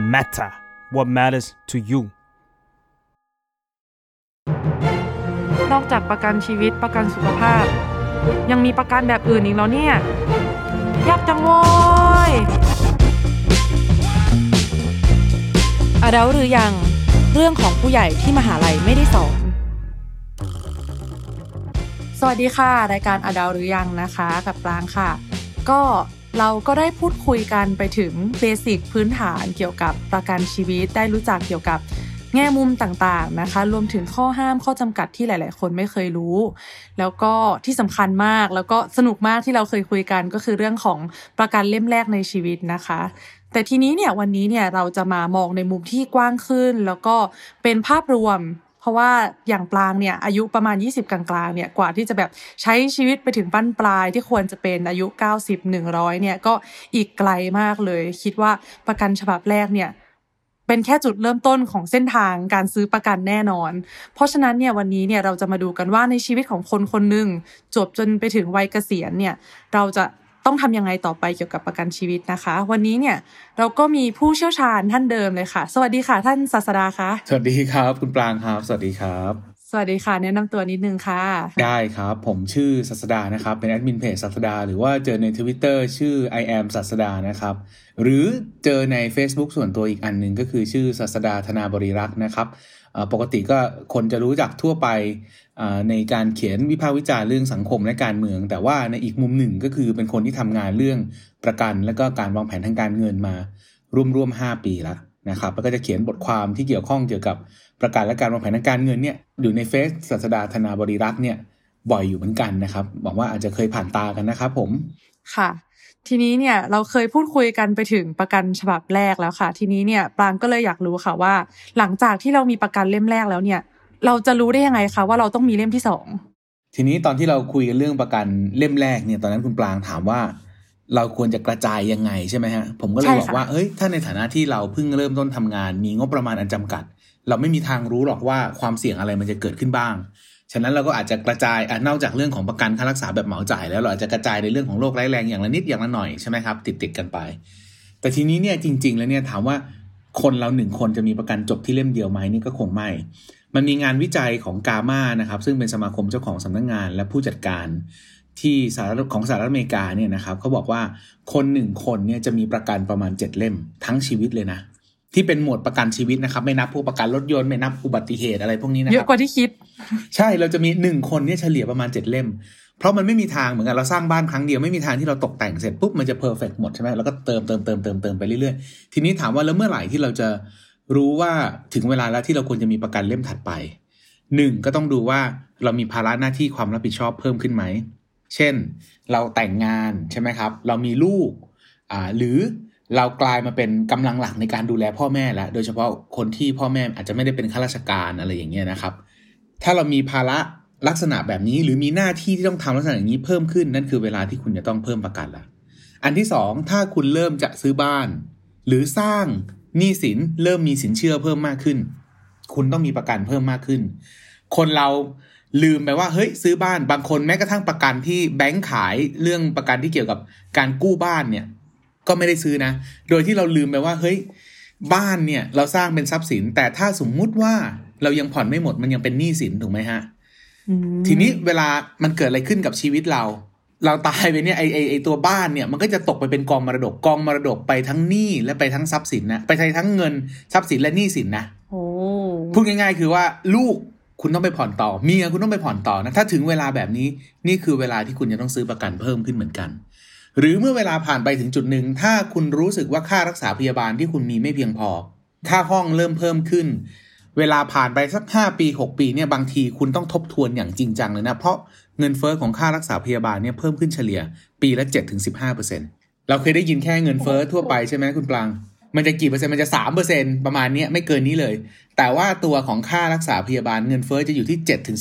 matter what matters to you นอกจากประกันชีวิตประกันสุขภาพยังมีประกันแบบอื่นอีกแล้วเนี่ยยากจังโว้ย Adult หรือยังเรื่องของผู้ใหญ่ที่มหาลัยไม่ได้สอนสวัสดีค่ะรายการ Adult หรือยังนะคะกับปรางค่ะก็เราก็ได้พูดคุยกันไปถึงเบสิกพื้นฐานเกี่ยวกับประกันชีวิตได้รู้จักเกี่ยวกับแง่มุมต่างๆนะคะรวมถึงข้อห้ามข้อจำกัดที่หลายๆคนไม่เคยรู้แล้วก็ที่สำคัญมากแล้วก็สนุกมากที่เราเคยคุยกันก็คือเรื่องของประกันเล่มแรกในชีวิตนะคะแต่ทีนี้เนี่ยวันนี้เนี่ยเราจะมามองในมุมที่กว้างขึ้นแล้วก็เป็นภาพรวมเพราะว่าอย่างปรางเนี่ยอายุประมาณ20กลางๆเนี่ยกว่าที่จะแบบใช้ชีวิตไปถึงบั้นปลายที่ควรจะเป็นอายุ90 100เนี่ยก็อีกไกลมากเลยคิดว่าประกันฉบับแรกเนี่ยเป็นแค่จุดเริ่มต้นของเส้นทางการซื้อประกันแน่นอนเพราะฉะนั้นเนี่ยวันนี้เนี่ยเราจะมาดูกันว่าในชีวิตของคนคนนึงจบจนไปถึงวัยเกษียณเนี่ยเราจะต้องทำยังไงต่อไปเกี่ยวกับประกันชีวิตนะคะวันนี้เนี่ยเราก็มีผู้เชี่ยวชาญท่านเดิมเลยค่ะสวัสดีค่ะท่านศาสดาคะสวัสดีครับคุณปรางครับสวัสดีครับสวัสดีค่ะแนะนำตัวนิดนึงค่ะได้ครับผมชื่อศาสดานะครับเป็นแอดมินเพจศาสดาหรือว่าเจอใน Twitter ชื่อ I am ศาสดานะครับหรือเจอใน Facebook ส่วนตัวอีกอันนึงก็คือชื่อศาสดาธนาบริรักษ์นะครับปกติก็คนจะรู้จักทั่วไปในการเขียนวิพากษ์วิจารณ์เรื่องสังคมและการเมืองแต่ว่าในอีกมุมหนึ่งก็คือเป็นคนที่ทำงานเรื่องประกันและก็การวางแผนทางการเงินมาร่วม5 ปีแล้วนะครับแล้วก็จะเขียนบทความที่เกี่ยวข้องเกี่ยวกับประกันและการวางแผนทางการเงินเนี่ยอยู่ในเฟซศาสดาธนาบริรักษ์เนี่ยบ่อยอยู่เหมือนกันนะครับหวังว่าอาจจะเคยผ่านตากันนะครับผมค่ะทีนี้เนี่ยเราเคยพูดคุยกันไปถึงประกันฉบับแรกแล้วค่ะทีนี้เนี่ยปรางก็เลยอยากรู้ค่ะว่าหลังจากที่เรามีประกันเล่มแรกแล้วเนี่ยเราจะรู้ได้ยังไงคะว่าเราต้องมีเล่มที่2 ทีนี้ตอนที่เราคุยกันเรื่องประกันเล่มแรกเนี่ยตอนนั้นคุณปรางถามว่าเราควรจะกระจายยังไงใช่ไหมฮะผมก็เลยบอกว่าเฮ้ยถ้าในฐานะที่เราเพิ่งเริ่มต้นทำงานมีงบประมาณอันจำกัดเราไม่มีทางรู้หรอกว่าความเสี่ยงอะไรมันจะเกิดขึ้นบ้างฉะนั้นเราก็อาจจะกระจายนอกจากเรื่องของประกันค่ารักษาแบบเหมาจ่ายแล้วเราอาจจะกระจายในเรื่องของโรคร้ายแรงอย่างละนิดอย่างละหน่อยใช่ไหมครับติดกันไปแต่ทีนี้เนี่ยจริงๆแล้วเนี่ยถามว่าคนเรา1คนจะมีประกันจบที่เล่มเดียวไหมนี่ก็คงไม่มันมีงานวิจัยของกาม่านะครับซึ่งเป็นสมาคมเจ้าของสำนักงานและผู้จัดการที่สหรัฐอเมริกาเนี่ยนะครับเขาบอกว่าคน1คนเนี่ยจะมีประกันประมาณ7 เล่มทั้งชีวิตเลยนะที่เป็นหมวดประกันชีวิตนะครับไม่นับพวกประกันรถยนต์ไม่นับอุบัติเหตุอะไรพวกนี้นะครับเยอะกว่าที่คิดใช่เราจะมี1คนเนี่ยเฉลี่ยประมาณ7 เล่มเพราะมันไม่มีทางเหมือนกันเราสร้างบ้านครั้งเดียวไม่มีทางที่เราตกแต่งเสร็จปุ๊บมันจะเพอร์เฟคหมดใช่ไหมแล้วก็เติมไปเรื่อยๆทีนี้ถามว่าแล้วเมื่อไหร่ที่เราจะรู้ว่าถึงเวลาแล้วที่เราควรจะมีประกันเล่มถัดไป1ก็ต้องดูว่าเรามีภาระหน้าที่ความรับผิดชอบเพิ่มขึ้นไหมเช่นเราแต่งงานใช่ไหมครับเรามีลูกหรือเรากลายมาเป็นกำลังหลักในการดูแลพ่อแม่แล้วโดยเฉพาะคนที่พ่อแม่อาจจะไม่ได้เป็นข้าราชการอะไรอย่างเงี้ยนะครับถ้าเรามีภาระลักษณะแบบนี้หรือมีหน้าที่ที่ต้องทำลักษณะอย่างนี้เพิ่มขึ้นนั่นคือเวลาที่คุณจะต้องเพิ่มประกันละอันที่2ถ้าคุณเริ่มจะซื้อบ้านหรือสร้างหนี้สินเริ่มมีสินเชื่อเพิ่มมากขึ้นคุณต้องมีประกันเพิ่มมากขึ้นคนเราลืมไปว่าเฮ้ยซื้อบ้านบางคนแม้กระทั่งประกันที่แบงค์ขายเรื่องประกันที่เกี่ยวกับการกู้บ้านเนี่ยก็ไม่ได้ซื้อนะโดยที่เราลืมไปว่าเฮ้ยบ้านเนี่ยเราสร้างเป็นทรัพย์สินแต่ถ้าสมมุติว่าเรายังผ่อนไม่หมดมันยังเป็นหนี้สินถูกไหมฮะทีนี้เวลามันเกิดอะไรขึ้นกับชีวิตเราตายไปเนี่ยไอตัวบ้านเนี่ยมันก็จะตกไปเป็นกองมรดกไปทั้งหนี้และไปทั้งทรัพย์สินนะไปทั้งเงินทรัพย์สินและหนี้สินนะพูดง่ายๆคือว่าลูกคุณต้องไปผ่อนต่อเมียคุณต้องไปผ่อนต่อนะถ้าถึงเวลาแบบนี้นี่คือเวลาที่คุณจะต้องซื้อประกันเพิ่มขึ้นเหมือนกันหรือเมื่อเวลาผ่านไปถึงจุดหนึ่งถ้าคุณรู้สึกว่าค่ารักษาพยาบาลที่คุณมีไม่เพียงพอค่าห้องเริ่มเพิ่มขึ้นเวลาผ่านไปสัก5 ปี 6 ปีเนี่ยบางทีคุณต้องทบทวนอย่างจริงจังเลยนะเพราะเงินเฟ้อของค่ารักษาพยาบาลเนี่ยเพิ่มขึ้นเฉลี่ยปีละ 7-15% เราเคยได้ยินแค่เงินเฟ้อทั่วไปใช่ไหมคุณปรางมันจะกี่เปอร์เซ็นต์มันจะ 3% ประมาณนี้ไม่เกินนี้เลยแต่ว่าตัวของค่ารักษาพยาบาลเงินเฟ้อจะอยู่ที่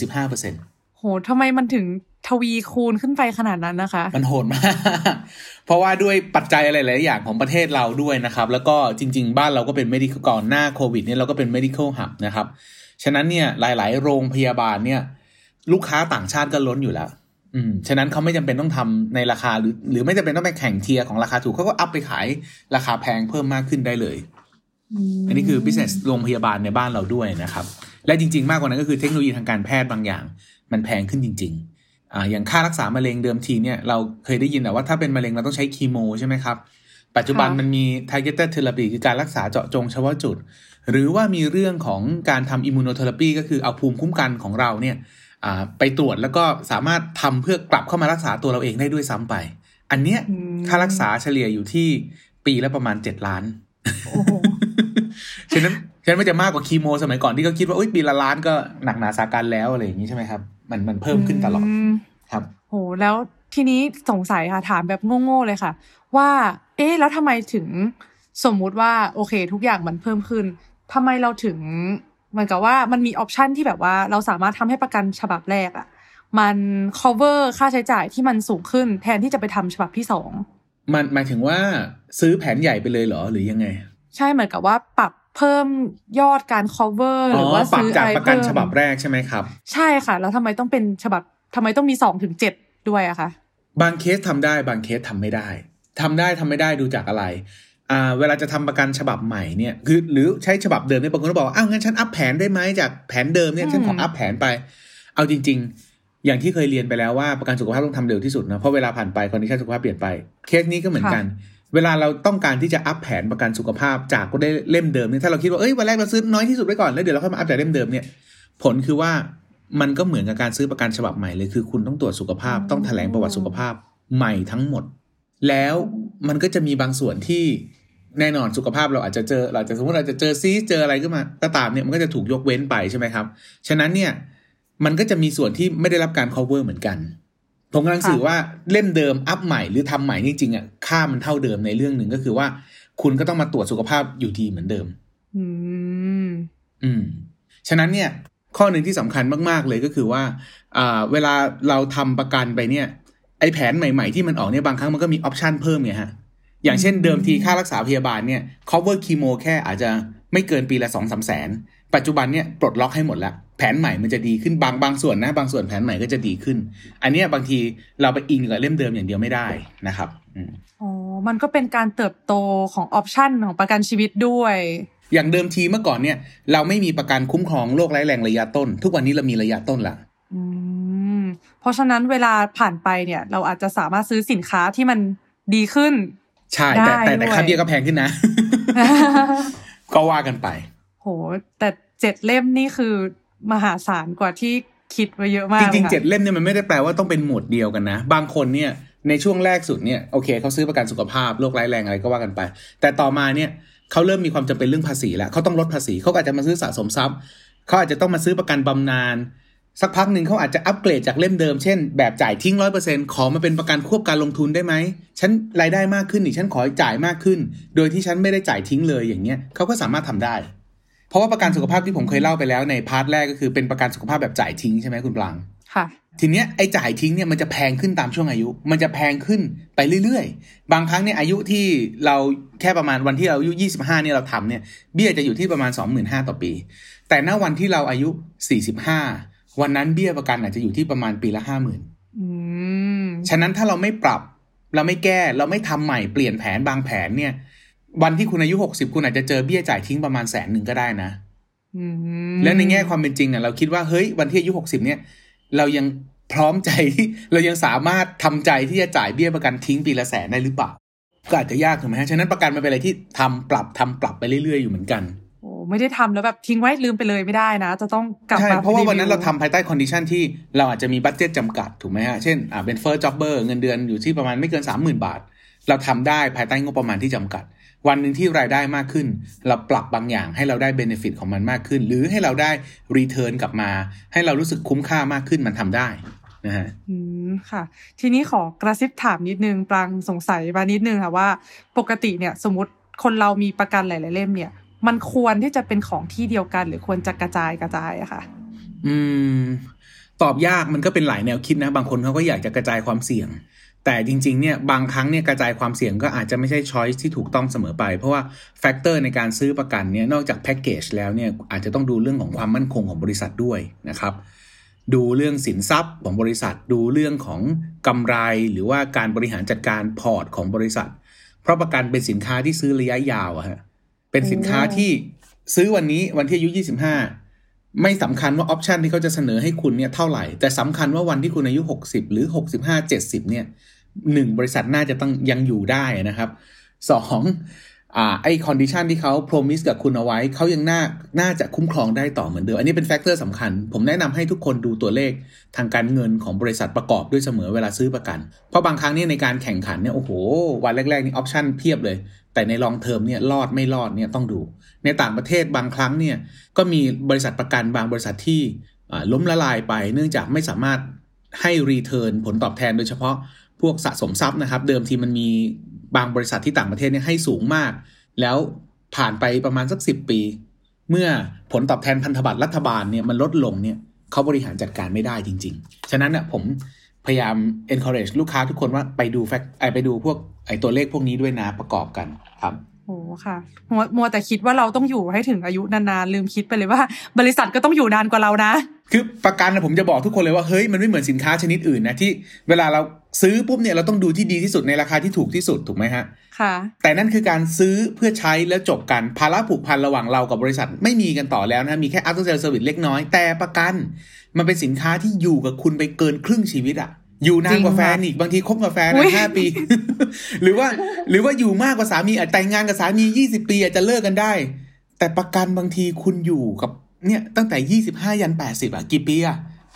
7-15% โหทำไมมันถึงทวีคูณขึ้นไปขนาดนั้นนะคะมันโหดมากเพราะว่าด้วยปัจจัยอะไรหลายอย่างของประเทศเราด้วยนะครับแล้วก็จริงๆบ้านเราก็เป็น medical ก่อนหน้าโควิดเนี่ยเราก็เป็น medical hub นะครับฉะนั้นเนี่ยหลายๆโรงพยาบาลเนี่ยลูกค้าต่างชาติก็ล้นอยู่แล้วฉะนั้นเขาไม่จำเป็นต้องทำในราคาหรือไม่จำเป็นต้องไปแข่งเทียร์ของราคาถูกเขาก็อัพไปขายราคาแพงเพิ่มมากขึ้นได้เลยอันนี้คือ business โรงพยาบาลในบ้านเราด้วยนะครับและจริงๆมากกว่านั้นก็คือเทคโนโลยีทางการแพทย์บางอย่างมันแพงขึ้นจริงๆอย่างค่ารักษามะเร็งเดิมทีเนี่ยเราเคยได้ยินแต่ว่าถ้าเป็นมะเร็งเราต้องใช้คีโมใช่ไหมครับปัจจุบันมันมี targeted therapy คือการรักษาเจาะจงเฉพาะจุดหรือว่ามีเรื่องของการทำ immunotherapy ก็คือเอาภูมิคุ้มกันของเราเนี่ยไปตรวจแล้วก็สามารถทำเพื่อกลับเข้ามารักษาตัวเราเองได้ด้วยซ้ำไปอันเนี้ยค่ารักษาเฉลี่ยอยู่ที่ปีละประมาณ7 ล้านฉะนั้นมันจะมากกว่าคีโมสมัยก่อนที่เขาคิดว่าปีละล้านก็หนักหนาสาการแล้วอะไรอย่างนี้ใช่ไหมครับมันเพิ่มขึ้นตลอดครับโหแล้วทีนี้สงสัยค่ะถามแบบโง่ๆเลยค่ะว่าแล้วทำไมถึงสมมุติว่าโอเคทุกอย่างมันเพิ่มขึ้นทำไมเราถึงเหมือนกับว่ามันมีออปชันที่แบบว่าเราสามารถทำให้ประกันฉบับแรกมัน cover ค่าใช้จ่ายที่มันสูงขึ้นแทนที่จะไปทำฉบับที่2 มันหมายถึงว่าซื้อแผนใหญ่ไปเลยเหรอหรือยังไงใช่เหมือนกับว่าปรับเพิ่มยอดการ cover หรือว่าซื้ออะไรจากประกันฉบับแรกใช่ไหมครับใช่ค่ะแล้วทำไมต้องเป็นฉบับทำไมต้องมี2 ถึง 7ด้วยอะคะบางเคสทำได้บางเคสทำไม่ได้ทำไม่ได้ดูจากอะไรเวลาจะทำประกันฉบับใหม่เนี่ยคือหรือใช้ฉบับเดิมเนี่ยบางคนก็บอกว่างั้นฉันอัพแผนได้ไหมจากแผนเดิมเนี่ยฉันขออัพแผนไปเอาจริงๆอย่างที่เคยเรียนไปแล้วว่าประกันสุขภาพต้องทำเร็วที่สุดนะเพราะเวลาผ่านไปคอนดิชันสุขภาพเปลี่ยนไปเคสนี้ก็เหมือนกันเวลาเราต้องการที่จะอัพแผนประกันสุขภาพจากก็ได้เล่มเดิมเนี่ยถ้าเราคิดว่าวันแรกเราซื้อน้อยที่สุดไว้ก่อนแล้วเดี๋ยวเราค่อยมาอัพจากเล่มเดิมเนี่ยผลคือว่ามันก็เหมือนกับการซื้อประกันฉบับใหม่เลยคือคุณต้องตรวจสุขภาพต้องแถลงประวัติสุขภาพใหม่ทั้งหมดแล้วมันก็จะมีบางส่วนที่แน่นอนสุขภาพเราอาจจะเจอสมมติเราจะเจอซีสเจออะไรขึ้นมาก็ตามเนี่ยมันก็จะถูกยกเว้นไปใช่ไหมครับฉะนั้นเนี่ยมันก็จะมีส่วนที่ไม่ได้รับการ cover เหมือนกันผมกำลังสื่อว่าเล่มเดิมอัพใหม่หรือทำใหม่จริงๆค่ามันเท่าเดิมในเรื่องหนึ่งก็คือว่าคุณก็ต้องมาตรวจสุขภาพอยู่ดีเหมือนเดิมฉะนั้นเนี่ยข้อหนึ่งที่สำคัญมากๆเลยก็คือว่าเวลาเราทำประกันไปเนี่ยไอแผนใหม่ๆที่มันออกเนี่ยบางครั้งมันก็มีออปชันเพิ่มไงฮะอย่างเช่นเดิมทีค่ารักษาพยาบาลเนี่ย cover คีโมแค่อาจจะไม่เกินปีละ 2-3 แสนปัจจุบันเนี่ยปลดล็อกให้หมดแล้วแผนใหม่มันจะดีขึ้นบางส่วนนะบางส่วนแผนใหม่ก็จะดีขึ้นอันนี้บางทีเราไปอิงกับเล่มเดิมอย่างเดียวไม่ได้นะครับมันก็เป็นการเติบโตของออปชันของประกันชีวิตด้วยอย่างเดิมทีเมื่อก่อนเนี่ยเราไม่มีประกันคุ้มครองโรคร้ายแรงระยะต้นทุกวันนี้เรามีระยะต้นละเพราะฉะนั้นเวลาผ่านไปเนี่ยเราอาจจะสามารถซื้อสินค้าที่มันดีขึ้นใช่แต่ค่าเบี้ยก็แพงขึ้นนะ ก็ว่ากันไปโหแต่7เล่มนี่คือมหาศาลกว่าที่คิดไว้เยอะมากจริงๆ7เล่มเนี่ยมันไม่ได้แปลว่าต้องเป็นหมวดเดียวกันนะบางคนเนี่ยในช่วงแรกสุดเนี่ยโอเคเขาซื้อประกันสุขภาพโรคร้ายแรงอะไรก็ว่ากันไปแต่ต่อมาเนี่ยเขาเริ่มมีความจำเป็นเรื่องภาษีแล้วเขาต้องลดภาษีเขาอาจจะมาซื้อสะสมทรัพย์เขาอาจจะต้องมาซื้อประกันบำนาญสักพักหนึ่งเขาอาจจะอัปเกรดจากเล่มเดิมเช่นแบบจ่ายทิ้ง 100% ขอมาเป็นประกันควบการลงทุนได้ไหมฉันรายได้มากขึ้นนี่ฉันขอจ่ายมากขึ้นโดยที่ฉันไม่ได้จ่ายทิ้งเลยอย่างเงี้ยเขาก็สามารถทำได้เพราะว่าประกันสุขภาพที่ผมเคยเล่าไปแล้วในพาร์ทแรกก็คือเป็นประกันสุขภาพแบบจ่ายทิ้งใช่ไหมคุณปรางค่ะทีเนี้ยไอ้จ่ายทิ้งเนี่ยมันจะแพงขึ้นตามช่วงอายุมันจะแพงขึ้นไปเรื่อยๆบางครั้งเนี่ยอายุที่เราแค่ประมาณวันที่เราอายุ25เนี่ยเราทำเนี่ยเบี้ยจะอยู่ที่ประมาณ 25,000 ต่อปีแต่ณวันที่เราอายุ45วันนั้นเบี้ยประกันอาจจะอยู่ที่ประมาณปีละ 50,000 ฉะนั้นถ้าเราไม่ปรับเราไม่แก้เราไม่ทำใหม่เปลี่ยนแผนบางแผนเนี่ยวันที่คุณอายุ60คุณอาจจะเจอเบี้ยจ่ายทิ้งประมาณ100,000ก็ได้นะแล้วในแง่ความเป็นจริงเราคิดว่าเฮ้ยวันที่อายุ60เนี่ยเรายังพร้อมใจเรายังสามารถทำใจที่จะจ่ายเบี้ยประกันทิ้งปีละ100,000ได้หรือเปล่าก็อาจจะยากถูกไหมฮะฉะนั้นประกันมันเป็นอะไรที่ทำปรับไปเรื่อยๆอยู่เหมือนกันโอ้ไม่ได้ทำแล้วแบบทิ้งไว้ลืมไปเลยไม่ได้นะจะต้องกลับมาใช่เพราะว่าวันนั้นเราทำภายใต้คอนดิชันที่เราอาจจะมีบัดเจ็ตจำกัดถูกไหมฮะเช่นเป็น first jobber เงินเดือนอยู่ที่ประมาณไม่เกิน 30,000 บาทเราทำได้ภายใต้งบประมาณที่จำกัดวันหนึ่งที่รายได้มากขึ้นเราปรับบางอย่างให้เราได้เบเนฟิตของมันมากขึ้นหรือให้เราได้รีเทิร์นกลับมาให้เรารู้สึกคุ้มค่ามากขึ้นมันทำได้นะฮะค่ะทีนี้ขอกระซิบถามนิดนึงปรางสงสัยมานิดนึงค่ะว่าปกติเนี่ยสมมติคนเรามีประกันหลายๆเล่มเนี่ยมันควรที่จะเป็นของที่เดียวกันหรือควรจะกระจายอะค่ะตอบยากมันก็เป็นหลายแนวคิดนะบางคนเขาก็อยากจะกระจายความเสี่ยงแต่จริงๆเนี่ยบางครั้งเนี่ยกระจายความเสี่ยงก็อาจจะไม่ใช่ช้อยส์ที่ถูกต้องเสมอไปเพราะว่าแฟกเตอร์ในการซื้อประกันเนี่ยนอกจากแพ็กเกจแล้วเนี่ยอาจจะต้องดูเรื่องของความมั่นคงของบริษัทด้วยนะครับดูเรื่องสินทรัพย์ของบริษัทดูเรื่องของกำไรหรือว่าการบริหารจัดการพอร์ตของบริษัทเพราะประกันเป็นสินค้าที่ซื้อระยะยาวอะฮะเป็นสินค้าที่ซื้อวันนี้วันที่อายุ25ไม่สำคัญว่าออปชันที่เขาจะเสนอให้คุณเนี่ยเท่าไหร่แต่สำคัญว่าวันที่คุณอายุ60หรือ65 70เนี่ย1บริษัทน่าจะต้องยังอยู่ได้นะครับ2ไอ้คอนดิชันที่เขาโพรมิสกับคุณเอาไว้เขายังน่าจะคุ้มครองได้ต่อเหมือนเดิมอันนี้เป็นแฟกเตอร์สำคัญผมแนะนำให้ทุกคนดูตัวเลขทางการเงินของบริษัทประกอบด้วยเสมอเวลาซื้อประกันเพราะบางครั้งเนี่ยในการแข่งขันเนี่ยโอ้โหวันแรกๆนี่ออปชันเพียบเลยแต่ในลองเทอมเนี่ยรอดไม่รอดเนี่ยต้องดูในต่างประเทศบางครั้งเนี่ยก็มีบริษัทประกันบางบริษัทที่ล้มละลายไปเนื่องจากไม่สามารถให้รีเทิร์นผลตอบแทนโดยเฉพาะพวกสะสมทรัพย์นะครับเดิมทีมันมีบางบริษัทที่ต่างประเทศเนี่ยให้สูงมากแล้วผ่านไปประมาณสัก10 ปีเมื่อผลตอบแทนพันธบัตรรัฐบาลเนี่ยมันลดลงเนี่ยเขาบริหารจัดการไม่ได้จริงๆฉะนั้นเนี่ยผมพยายาม encourage ลูกค้าทุกคนว่าไปดูพวกตัวเลขพวกนี้ด้วยนะประกอบกันครับโอ้ค่ะมัวแต่คิดว่าเราต้องอยู่ให้ถึงอายุนานๆลืมคิดไปเลยว่าบริษัทก็ต้องอยู่นานกว่าเรานะคือประกันนะผมจะบอกทุกคนเลยว่าเฮ้ยมันไม่เหมือนสินค้าชนิดอื่นนะที่เวลาเราซื้อปุ๊บเนี่ยเราต้องดูที่ดีที่สุดในราคาที่ถูกที่สุดถูกไหมฮะค่ะแต่นั่นคือการซื้อเพื่อใช้แล้วจบกันภาระผูกพันระหว่างเรากับบริษัทไม่มีกันต่อแล้วนะมีแค่ after sale service เล็กน้อยแต่ประกันมันเป็นสินค้าที่อยู่กับคุณไปเกินครึ่งชีวิตอะอยู่นานกว่าแฟนอีกบางทีคบกับแฟน5 ปี หรือว่าอยู่มากกว่าสามีอาจแต่งงานกับสามี20 ปีอาจจะเลิกกันได้แต่ประกันบางทีคุณอยู่กับเนี่ยตั้งแต่25ยัน80อ่ะกี่ปีอ่ะ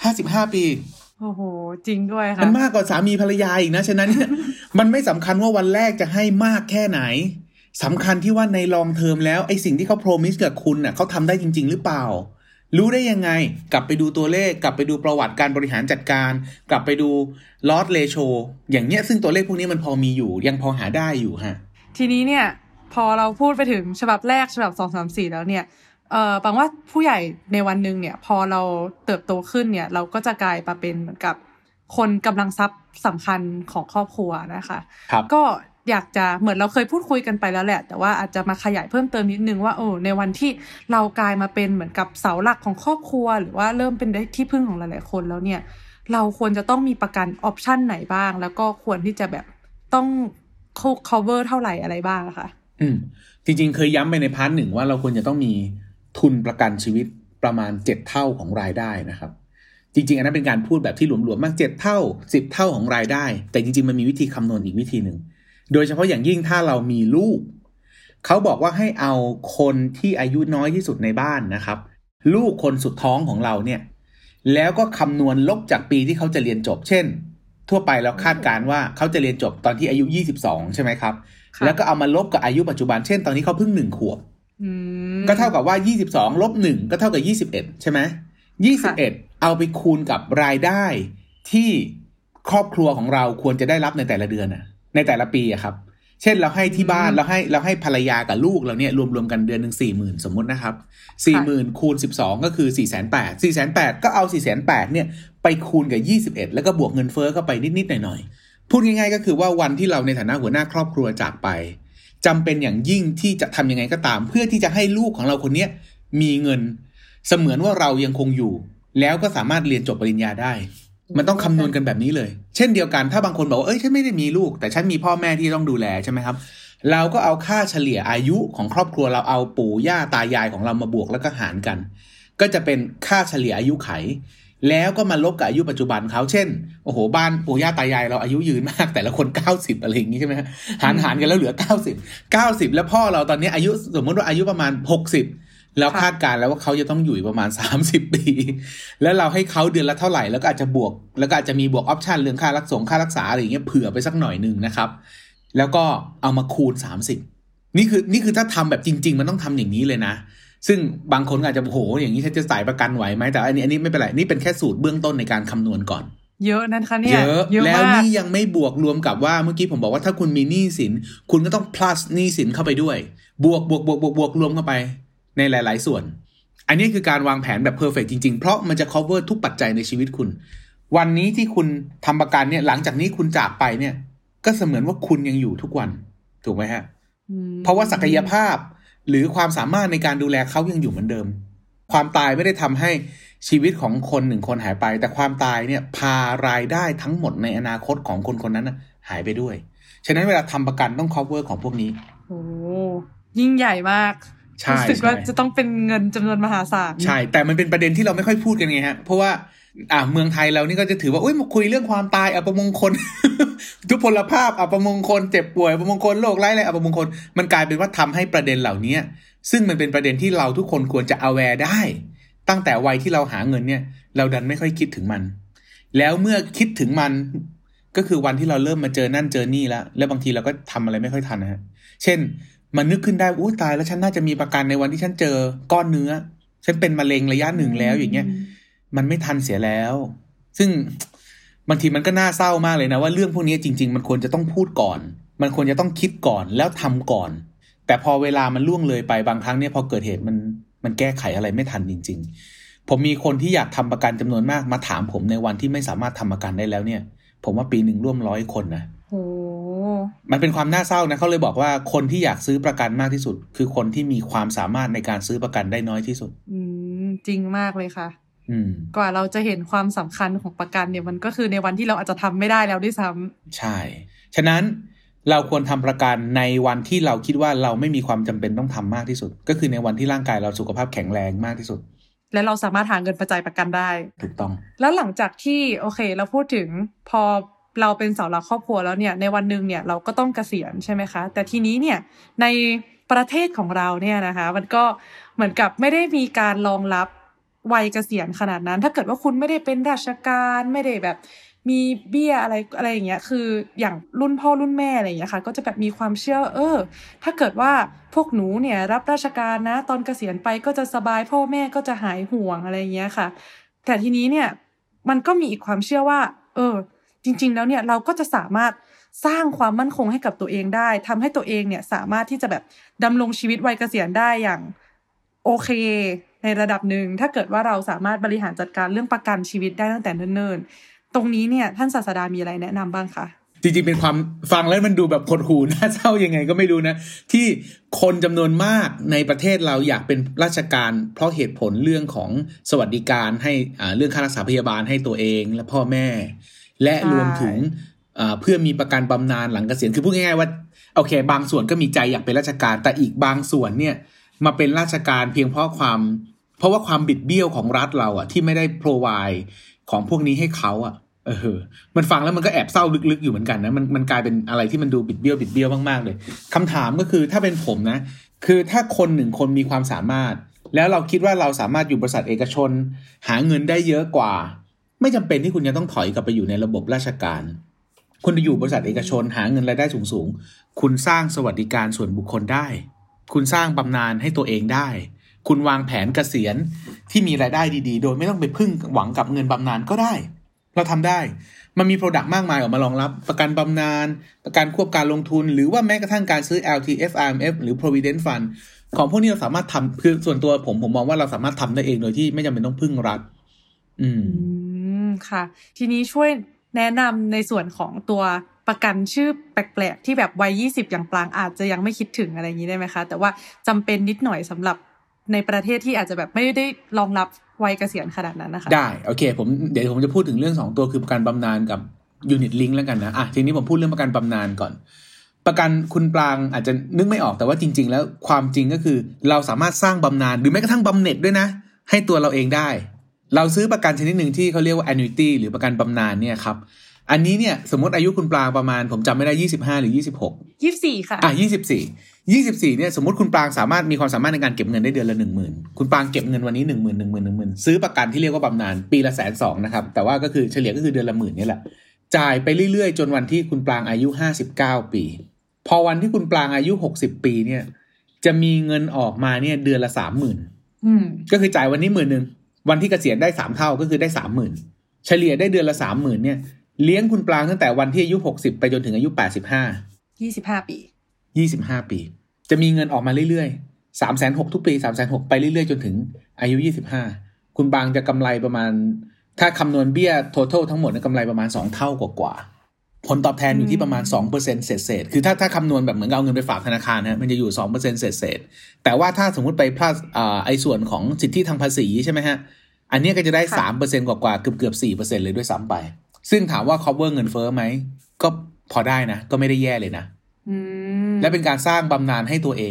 55 ปีโอ้โหจริงด้วยค่ะมันมากกว่าสามีภรรยาอีกนะฉะนั้นเนี่ย มันไม่สำคัญว่าวันแรกจะให้มากแค่ไหนสำคัญที่ว่าในลองเทอมแล้วไอ้สิ่งที่เขาโพรมิสกับคุณน่ะเขาทำได้จริงๆหรือเปล่ารู้ได้ยังไงกลับไปดูตัวเลขกลับไปดูประวัติการบริหารจัดการกลับไปดู loss ratio อย่างเงี้ยซึ่งตัวเลขพวกนี้มันพอมีอยู่ยังพอหาได้อยู่ฮะทีนี้เนี่ยพอเราพูดไปถึงฉบับแรกฉบับ2 3 4แล้วเนี่ยปังว่าผู้ใหญ่ในวันนึงเนี่ยพอเราเติบโตขึ้นเนี่ยเราก็จะกลายมาเป็นเหมือนกับคนกำลังทรัพย์สำคัญของครอบครัวนะคะก็อยากจะเหมือนเราเคยพูดคุยกันไปแล้วแหละแต่ว่าอาจจะมาขยายเพิ่มเติมนิดนึงว่าในวันที่เรากลายมาเป็นเหมือนกับเสาหลักของครอบครัวหรือว่าเริ่มเป็นที่พึ่งของหลายๆคนแล้วเนี่ยเราควรจะต้องมีประกันออปชั่นไหนบ้างแล้วก็ควรที่จะแบบต้อง cover เท่าไหร่อะไรบ้างคะจริงๆเคยย้ำไปในพาร์ทหนึ่งว่าเราควรจะต้องมีทุนประกันชีวิตประมาณ7 เท่าของรายได้นะครับจริงๆอันนั้นเป็นการพูดแบบที่หลวมๆมาก7 เท่า10 เท่าของรายได้แต่จริงๆมันมีวิธีคำนวณอีกวิธีหนึ่งโดยเฉพาะอย่างยิ่งถ้าเรามีลูกเขาบอกว่าให้เอาคนที่อายุน้อยที่สุดในบ้านนะครับลูกคนสุดท้องของเราเนี่ยแล้วก็คำนวณลบจากปีที่เขาจะเรียนจบเช่นทั่วไปเราคาดการณ์ว่าเขาจะเรียนจบตอนที่อายุ22ใช่ไหมครับแล้วก็เอามาลบกับอายุปัจจุบันเช่นตอนนี้เขาเพิ่ง1 ขวบก็เท่ากับว่า22ลบ1ก็เท่ากับ21ใช่ไหม21เอาไปคูณกับรายได้ที่ครอบครัวของเราควรจะได้รับในแต่ละเดือนน่ะในแต่ละปีอะครับเช่นเราให้ที่บ้านเราให้ภรรยากับลูกเราเนี่ยรวมๆกันเดือนนึง 40,000 สมมุตินะครับ 40,000 คูณ12ก็คือ 480,000 480,000ก็เอา 480,000 เนี่ยไปคูณกับ21แล้วก็บวกเงินเฟ้อเข้าไปนิดๆหน่อยๆพูดง่ายๆก็คือว่าวันที่เราในฐานะหัวหน้าครอบครัวจากไปจำเป็นอย่างยิ่งที่จะทำยังไงก็ตามเพื่อที่จะให้ลูกของเราคนนี้มีเงินเสมือนว่าเรายังคงอยู่แล้วก็สามารถเรียนจบปริญญาได้มันต้องคำนวณกันแบบนี้เลยเช่นเดียวกันถ้าบางคนบอกว่าฉันไม่ได้มีลูกแต่ฉันมีพ่อแม่ที่ต้องดูแลใช่ไหมครับเราก็เอาค่าเฉลี่ยอายุของครอบครัวเราเอาปู่ย่าตายายของเรามาบวกแล้วก็หารกันก็จะเป็นค่าเฉลี่ยอายุไขแล้วก็มาลบกับอายุปัจจุบันเขาเช่นโอ้โหบ้านปู่ย่าตายายเราอายุยืนมากแต่ละคน90อะไรอย่างงี้ใช่ไหมหารกันแล้วเหลือ90แล้วพ่อเราตอนนี้อายุสมมติว่าอายุประมาณ60แล้วคาดการแล้วว่าเขาจะต้องอยู่ประมาณ30 ปีแล้วเราให้เขาเดือนละเท่าไหร่แล้วก็อาจจะบวกแล้วก็อาจจะมีบวกออปชันเรื่องค่ารักษาอะไรอย่างเงี้ยเผื่อไปสักหน่อยนึงนะครับแล้วก็เอามาคูณ30นี่คือถ้าทำแบบจริงๆมันต้องทำอย่างนี้เลยนะซึ่งบางคนอาจจะโอ้โหอย่างนี้ฉันจะจ่ายประกันไหวไหมแต่อันนี้ไม่เป็นไรนี่เป็นแค่สูตรเบื้องต้นในการคำนวณก่อนเยอะนะคะเนี่ยเยอะแล้วนี่ยังไม่บวกรวมกับว่าเมื่อกี้ผมบอกว่าถ้าคุณมีหนี้สินคุณก็ต้อง plus หนี้สินเข้าไปด้วยบวกรวมเข้าไปในหลายๆส่วนอันนี้คือการวางแผนแบบ perfect จริงๆเพราะมันจะ cover ทุกปัจจัยในชีวิตคุณวันนี้ที่คุณทำประกันเนี่ยหลังจากนี้คุณจากไปเนี่ยก็เสมือนว่าคุณยังอยู่ทุกวันถูกไหมฮะเพราะว่าศักยภาพหรือความสามารถในการดูแลเขายังอยู่เหมือนเดิมความตายไม่ได้ทำให้ชีวิตของคน1 คนหายไปแต่ความตายเนี่ยพารายได้ทั้งหมดในอนาคตของคนคนนั้นหายไปด้วยฉะนั้นเวลาทำประกันต้อง cover ของพวกนี้โอ้ยิ่งใหญ่มากใช่รู้สึกว่าจะต้องเป็นเงินจำนวนมหาศาลใช่แต่มันเป็นประเด็นที่เราไม่ค่อยพูดกันไงฮะเพราะว่าเมืองไทยเรานี่ก็จะถือว่าอุ้ยมาคุยเรื่องความตายอัปมงคล ทุพพลภาพอัปมงคลเจ็บป่วยอัปมงคลโรคร้ายแรงอัปมงคลมันกลายเป็นว่าทำให้ประเด็นเหล่านี้ซึ่งมันเป็นประเด็นที่เราทุกคนควรจะ aware ได้ตั้งแต่วัยที่เราหาเงินเนี่ยเราดันไม่ค่อยคิดถึงมันแล้วเมื่อคิดถึงมันก็คือวันที่เราเริ่มมาเจอนั่นเจอนี่แล้วบางทีเราก็ทำอะไรไม่ค่อยทันนะฮะเช่นมันนึกขึ้นได้อู้ตายแล้วฉันน่าจะมีประกันในวันที่ฉันเจอก้อนเนื้อฉันเป็นมะเร็งระยะหนึ่งแล้วอย่างเงี้ยมันไม่ทันเสียแล้วซึ่งบางทีมันก็น่าเศร้ามากเลยนะว่าเรื่องพวกนี้จริงๆมันควรจะต้องพูดก่อนมันควรจะต้องคิดก่อนแล้วทำก่อนแต่พอเวลามันล่วงเลยไปบางครั้งเนี่ยพอเกิดเหตุมันแก้ไขอะไรไม่ทันจริงๆผมมีคนที่อยากทำประกันจำนวนมากมาถามผมในวันที่ไม่สามารถทำประกันได้แล้วเนี่ยผมว่าปีหนึ่งร่วม100 คนนะมันเป็นความน่าเศร้านะเขาเลยบอกว่าคนที่อยากซื้อประกันมากที่สุดคือคนที่มีความสามารถในการซื้อประกันได้น้อยที่สุดจริงมากเลยค่ะกว่าเราจะเห็นความสำคัญของประกันเนี่ยมันก็คือในวันที่เราอาจจะทำไม่ได้แล้วด้วยซ้ำใช่ฉะนั้นเราควรทำประกันในวันที่เราคิดว่าเราไม่มีความจำเป็นต้องทำมากที่สุดก็คือในวันที่ร่างกายเราสุขภาพแข็งแรงมากที่สุดและเราสามารถหาเงินประจ่ายประกันได้ถูกต้องแล้วหลังจากที่โอเคเราพูดถึงพอเราเป็นเสาหลักครอบครัวแล้วเนี่ยในวันนึงเนี่ยเราก็ต้องเกษียณใช่ไหมคะแต่ทีนี้เนี่ยในประเทศของเราเนี่ยนะคะมันก็เหมือนกับไม่ได้มีการรองรับวัยเกษียณขนาดนั้นถ้าเกิดว่าคุณไม่ได้เป็นราชการไม่ได้แบบมีเบี้ยอะไรอย่างเงี้ยคืออย่างรุ่นพ่อรุ่นแม่อะไรอย่างเงี้ยค่ะก็จะแบบมีความเชื่อถ้าเกิดว่าพวกหนูเนี่ยรับราชการนะตอนเกษียณไปก็จะสบายพ่อแม่ก็จะหายห่วงอะไรอย่างเงี้ยค่ะแต่ทีนี้เนี่ยมันก็มีอีกความเชื่อว่าจริงๆแล้วเนี่ยเราก็จะสามารถสร้างความมั่นคงให้กับตัวเองได้ทำให้ตัวเองเนี่ยสามารถที่จะแบบดำรงชีวิตวัยเกษียณได้อย่างโอเคในระดับหนึ่งถ้าเกิดว่าเราสามารถบริหารจัดการเรื่องประกันชีวิตได้ตั้งแต่เนิ่นๆตรงนี้เนี่ยท่านศาสดามีอะไรแนะนำบ้างคะจริงๆเป็นความฟังแล้วมันดูแบบหดหู่น่าเศร้ายังไงก็ไม่รู้นะที่คนจำนวนมากในประเทศเราอยากเป็นราชการเพราะเหตุผลเรื่องของสวัสดิการให้เรื่องค่ารักษาพยาบาลให้ตัวเองและพ่อแม่และรวมถึงเพื่อมีประกันบำนาญหลังเกษียณคือพูดง่ายๆว่าโอเคบางส่วนก็มีใจอยากเป็นราชการแต่อีกบางส่วนเนี่ยมาเป็นราชการเพียงเพราะว่าความบิดเบี้ยวของรัฐเราที่ไม่ได้โปรไวด์ของพวกนี้ให้เขามันฟังแล้วมันก็แอบเศร้าลึกๆอยู่เหมือนกันนะมันกลายเป็นอะไรที่มันดูบิดเบี้ยวมากๆเลยคำถามก็คือถ้าเป็นผมนะคือถ้าคนหนึ่งคนมีความสามารถแล้วเราคิดว่าเราสามารถอยู่บริษัทเอกชนหาเงินได้เยอะกว่าไม่จำเป็นที่คุณจะต้องถอยกลับไปอยู่ในระบบราชการคุณจะอยู่บริษัทเอกชนหาเงินรายได้สูงๆคุณสร้างสวัสดิการส่วนบุคคลได้คุณสร้างบำนาญให้ตัวเองได้คุณวางแผนเกษียณที่มีรายได้ดีๆโดยไม่ต้องไปพึ่งหวังกับเงินบำนาญก็ได้เราทำได้มันมีโปรดักต์มากมายออกมารองรับประกันบำนาญประกันควบการลงทุนหรือว่าแม้กระทั่งการซื้อ LTF RMF หรือ Provident Fund ของพวกนี้เราสามารถทำคือส่วนตัวผมมองว่าเราสามารถทำได้เองโดยที่ไม่จำเป็นต้องพึ่งรัฐค่ะทีนี้ช่วยแนะนำในส่วนของตัวประกันชื่อแปลกๆที่แบบวัย20อย่างปลางอาจจะยังไม่คิดถึงอะไรอย่างนี้ได้ไหมคะแต่ว่าจำเป็นนิดหน่อยสำหรับในประเทศที่อาจจะแบบไม่ได้รองรับวัยเกษียณขนาดนั้นนะคะได้โอเคเดี๋ยวผมจะพูดถึงเรื่อง2ตัวคือประกันบำนาญกับ Unit Link แล้วกันนะทีนี้ผมพูดเรื่องประกันบำนาญก่อนประกันคุณปรางอาจจะนึกไม่ออกแต่ว่าจริงๆแล้วความจริงก็คือเราสามารถสร้างบำนาญหรือแม้กระทั่งบำเหน็จด้วยนะให้ตัวเราเองได้เราซื้อประกันชนิดหนึ่งที่เขาเรียกว่า annuity หรือประกันบำนาญเนี่ยครับอันนี้เนี่ยสมมติอายุคุณปรางประมาณผมจำไม่ได้25หรือ 24ค่ะ 24เนี่ยสมมติคุณปรางสามารถมีความสามารถในการเก็บเงินได้เดือนละ 10,000 คุณปรางเก็บเงินวันนี้ 10,000 ซื้อประกันที่เรียกว่าบำนาญปีละ 120,000 นะครับแต่ว่าก็คือเฉลี่ยก็คือเดือนละ10,000นี่แหละจ่ายไปเรื่อยๆจนวันที่คุณปรางอายุ59ปีพอวันที่คุณปรางอายุ60ปีเนี่ยจะมีเงินออกมาเนี่ยเดือนละ 30,000 ก็คือจ่ายวันนี้ 10,000 วันที่เกษียณได้3เท่าก็คือได้ 30,000 เฉลี่ยได้เดือนละ 30,000 เนี่ยเลี้ยงคุณปรางตั้งแต่วันที่อายุ60ไปจนถึงอายุ85 ปีจะมีเงินออกมาเรื่อยๆ 360,000 ทุกปี 360,000 ไปเรื่อยๆจนถึงอายุ25คุณปรางจะกำไรประมาณถ้าคำนวณเบี้ย total ทั้งหมดกำไรประมาณ2เท่ากว่าผลตอบแทนอยู่ที่ประมาณ 2% เศษๆคือถ้าคำนวณแบบเหมือนเอาเงินไปฝากธนาคารนะมันจะอยู่ 2% เศษๆแต่ว่าถ้าสมมุติไปพลาดไอ้ส่วนของสิทธิทางภาษีใช่ไหมฮะอันนี้ก็จะได้ 3% กว่าๆเกือบ 4% เลยด้วยซ้ำไปซึ่งถามว่า cover เงินเฟ้อไหมก็พอได้นะก็ไม่ได้แย่เลยนะและเป็นการสร้างบำนาญให้ตัวเอง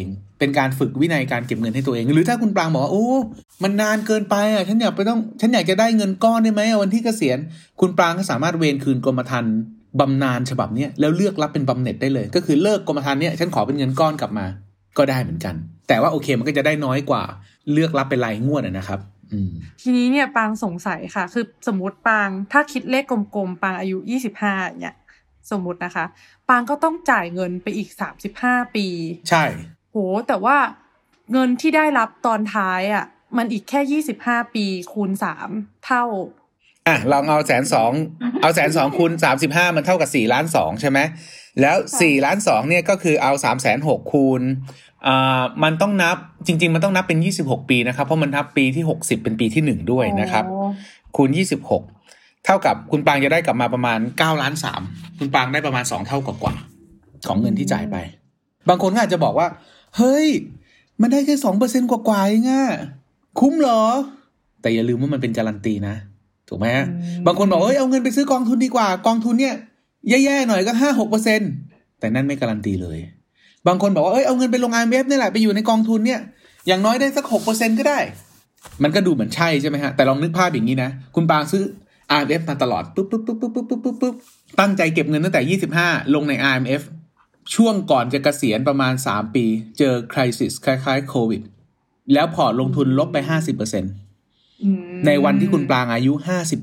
เป็นการฝึกวินัยการเก็บเงินให้ตัวเองหรือถ้าคุณปรางบอกว่าโอ้มันนานเกินไปอ่ะฉันอยากจะได้เงินก้อนได้ไหมวันที่เกษียณคุณปรางก็สามารถเวรคืนกรมธรรม์บำนาญฉบับนี้แล้วเลือกรับเป็นบำเหน็จได้เลยก็คือเลิกกรมธรรม์เนี่ยฉันขอเป็นเงินก้อนกลับมาก็ได้เหมือนกันแต่ว่าโอเคมันก็จะได้น้อยกว่าเลือกรับเป็นรายงวดนะครับทีนี้เนี่ยปางสงสัยค่ะคือสมมติปางถ้าคิดเลขกลมๆปางอายุ25เนี่ยสมมตินะคะปางก็ต้องจ่ายเงินไปอีก35ปีใช่โหแต่ว่าเงินที่ได้รับตอนท้ายอ่ะมันอีกแค่25ปีคูณ3เท่าลองเอา120,000เอา120,000คูณ35มันเท่ากับ4,200,000ใช่ไหมแล้ว4,200,000เนี่ยก็คือเอา360,000คูณมันต้องนับจริงๆมันต้องนับเป็น26ปีนะครับเพราะมันนับปีที่60เป็นปีที่1ด้วยนะครับคูณ26เท่ากับคุณปางจะได้กลับมาประมาณ9,300,000คุณปางได้ประมาณ2เท่ากว่าของเงินที่จ่ายไปบางคนก็อาจจะบอกว่าเฮ้ยมันได้แค่ 2% กว่าๆเองอ่ะคุ้มเหรอแต่อย่าลืมว่ามันเป็นการันตีนะถูกไหมบางคนบอกเอ้ยเอาเงินไปซื้อกองทุนดีกว่ากองทุนเนี่ยแย่ๆหน่อยก็ 5-6% แต่นั่นไม่การันตีเลยบางคนบอกว่าเอ้ยเอาเงินไปลง IMF นี่แหละไปอยู่ในกองทุนเนี่ยอย่างน้อยได้สัก 6% ก็ได้มันก็ดูเหมือนใช่ใช่ไหมฮะแต่ลองนึกภาพอย่างนี้นะคุณปางซื้อ IMF มาตลอดปุ๊บตั้งใจเก็บเงินตั้งแต่25ลงใน IMF ช่วงก่อนจะเกษียณประมาณ3ปีเจอคริสิสคล้ายๆโควิดแล้วพอร์ตลงทุนลบไป 50% ในวันที่คุณปรางอายุ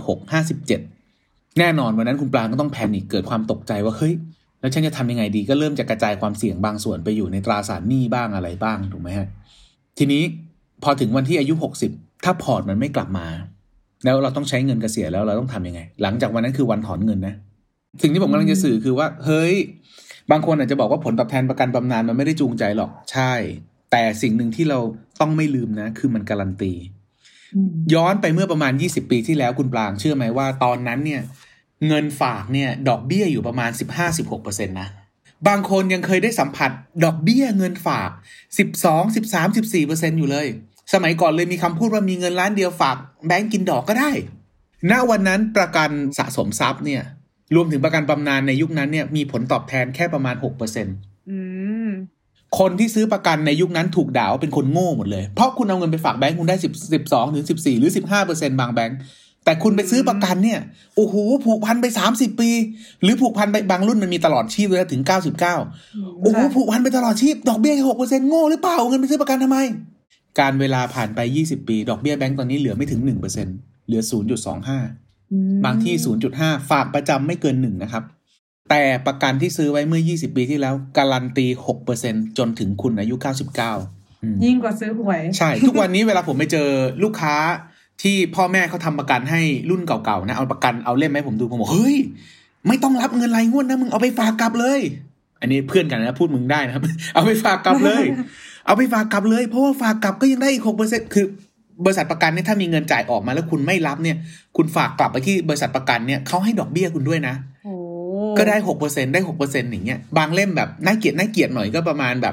56-57แน่นอนวันนั้นคุณปรางก็ต้องแพนิคเกิดความตกใจว่าเฮ้ยแล้วฉันจะทำยังไงดีก็เริ่มจะกระจายความเสี่ยงบางส่วนไปอยู่ในตราสารหนี้บ้างอะไรบ้างถูกไหมฮะทีนี้พอถึงวันที่อายุ60ถ้าพอร์ตมันไม่กลับมาแล้วเราต้องใช้เงินเกษียณแล้วเราต้องทำยังไงหลังจากวันนั้นคือวันถอนเงินนะสิ่งที่ผมกำลังจะสื่อคือว่าเฮ้ยบางคนอาจจะบอกว่าผลตอบแทนประกันบำนาญมันไม่ได้จูงใจหรอกใช่แต่สิ่งหนึ่งที่เราต้องไม่ลืมนะคือมันการันตีย้อนไปเมื่อประมาณ20ปีที่แล้วคุณปรางเชื่อไหมว่าตอนนั้นเนี่ยเงินฝากเนี่ยดอกเบี้ยอยู่ประมาณ 15-16% นะบางคนยังเคยได้สัมผัสดอกเบี้ยเงินฝาก12 13 14% อยู่เลยสมัยก่อนเลยมีคำพูดว่ามีเงินล้านเดียวฝากแบงก์กินดอกก็ได้ณวันนั้นประกันสะสมทรัพย์เนี่ยรวมถึงประกันบำนาญในยุคนั้นเนี่ยมีผลตอบแทนแค่ประมาณ 6%คนที่ซื้อประกันในยุคนั้นถูกด่าว่าเป็นคนโง่หมดเลยเพราะคุณเอาเงินไปฝากแบงก์คุณได้12ถึง14หรือ 15% บางแบงก์แต่คุณไปซื้อประกันเนี่ยโอ้โหผูกพันไป30ปีหรือผูกพันไปบางรุ่นมันมีตลอดชีพเลยถึง99โอ้โหผูกพันไปตลอดชีพดอกเบี้ยแค่ 6% โง่หรือเปล่าเงินไปซื้อประกันทำไมการเวลาผ่านไป20ปีดอกเบี้ยแบงก์ตอนนี้เหลือไม่ถึง 1% เหลือ 0.25 บางที่ 0.5 ฝากประจำไม่เกิน1นะครับแต่ประกันที่ซื้อไว้เมื่อ20ปีที่แล้วการันตี 6% จนถึงคุณอายุ99 ยิ่งกว่าซื้อหวยใช่ทุกวันนี้เวลาผมไปเจอลูกค้าที่พ่อแม่เขาทำประกันให้รุ่นเก่าๆนะเอาประกันเอาเล่มให้ผมดูผมบอกเฮ้ยไม่ต้องรับเงินรายงวดนะมึงเอาไปฝากกลับเลยอันนี้เพื่อนกันนะพูดมึงได้นะครับ เอาไปฝากกลับเลย เอาไปฝากกลับเลยเพราะว่าฝากกลับก็ยังได้อีก 6% คือบริษัทประกันเนี่ยถ้ามีเงินจ่ายออกมาแล้วคุณไม่รับเนี่ยคุณฝากกลับไปที่บริษัทประกันเนี่ยเขาให้ดอกเบี้ยคุณด้วยนะก็ได้ 6% ได้ 6% อย่างเงี้ยบางเล่มแบบน่าเกลียดหน่อยก็ประมาณแบบ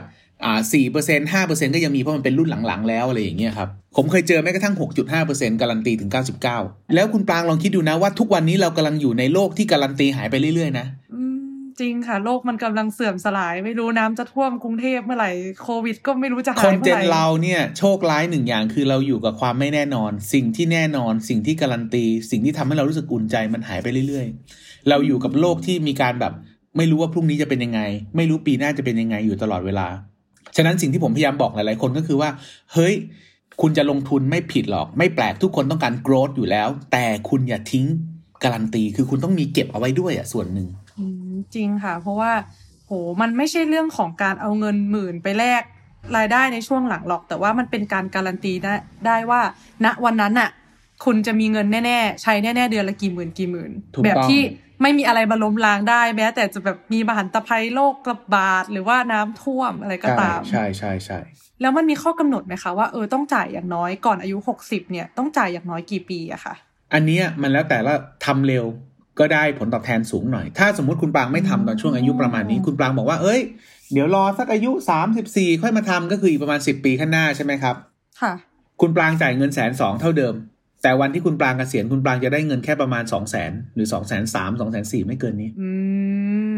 4% 5% ก็ยังมีเพราะมันเป็นรุ่นหลังๆแล้วอะไรอย่างเงี้ยครับผมเคยเจอแม้กระทั่ง 6.5% การันตีถึง99แล้วคุณปรางลองคิดดูนะว่าทุกวันนี้เรากำลังอยู่ในโลกที่การันตีหายไปเรื่อยๆนะจริงค่ะโลกมันกำลังเสื่อมสลายไม่รู้น้ำจะท่วมกรุงเทพเมื่อไหร่โควิดก็ไม่รู้จะหายเมื่อไหร่คนเจนเราเนี่ยโชคร้ายหนึ่งอย่างคือเราอยู่กับความไม่แน่นอนสิ่งที่แน่นอนสิ่งที่การันตีสิ่งที่ทำให้เรารู้สึกอุ่นใจมันหายไปเรื่อยๆเราอยู่กับโลกที่มีการแบบไม่รู้ว่าพรุ่งนี้จะเป็นยังไงไม่รู้ปีหน้าจะเป็นยังไงอยู่ตลอดเวลาฉะนั้นสิ่งที่ผมพยายามบอกหลายๆคนก็คือว่าเฮ้ยคุณจะลงทุนไม่ผิดหรอกไม่แปลกทุกคนต้องการ growth อยู่แล้วแต่คุณอย่าทิ้งการันตีคือคุณต้องมีเก็บเอาไว้ด้วยส่วนหนึ่งจริงค่ะเพราะว่าโหมันไม่ใช่เรื่องของการเอาเงินหมื่นไปแลกรายได้ในช่วงหลังหรอกแต่ว่ามันเป็นการการันตีได้ว่าณวันนั้นน่ะคุณจะมีเงินแน่ๆใช้แน่ๆเดือนละกี่หมื่นแบบที่ไม่มีอะไรมาล้มล้างได้แม้แต่จะแบบมีมหันตภัยโรคระบาดหรือว่าน้ำท่วมอะไรก็ตามใช่แล้วมันมีข้อกำหนดไหมคะว่าต้องจ่ายอย่างน้อยก่อนอายุ60เนี่ยต้องจ่ายอย่างน้อยกี่ปีอะคะอันนี้มันแล้วแต่ละทำเร็วก็ได้ผลตอบแทนสูงหน่อยถ้าสมมุติคุณปรางไม่ทำตอนช่วงอายุประมาณนี้คุณปรางบอกว่าเอ้ยเดี๋ยวรอสักอายุ34ค่อยมาทำก็คืออีกประมาณ10ปีข้างหน้าใช่ไหมครับค่ะคุณปรางจ่ายเงิน120,000เท่าเดิมแต่วันที่คุณปรางเกษียณคุณปรางจะได้เงินแค่ประมาณ200,000หรือ230,000 240,000ไม่เกินนี้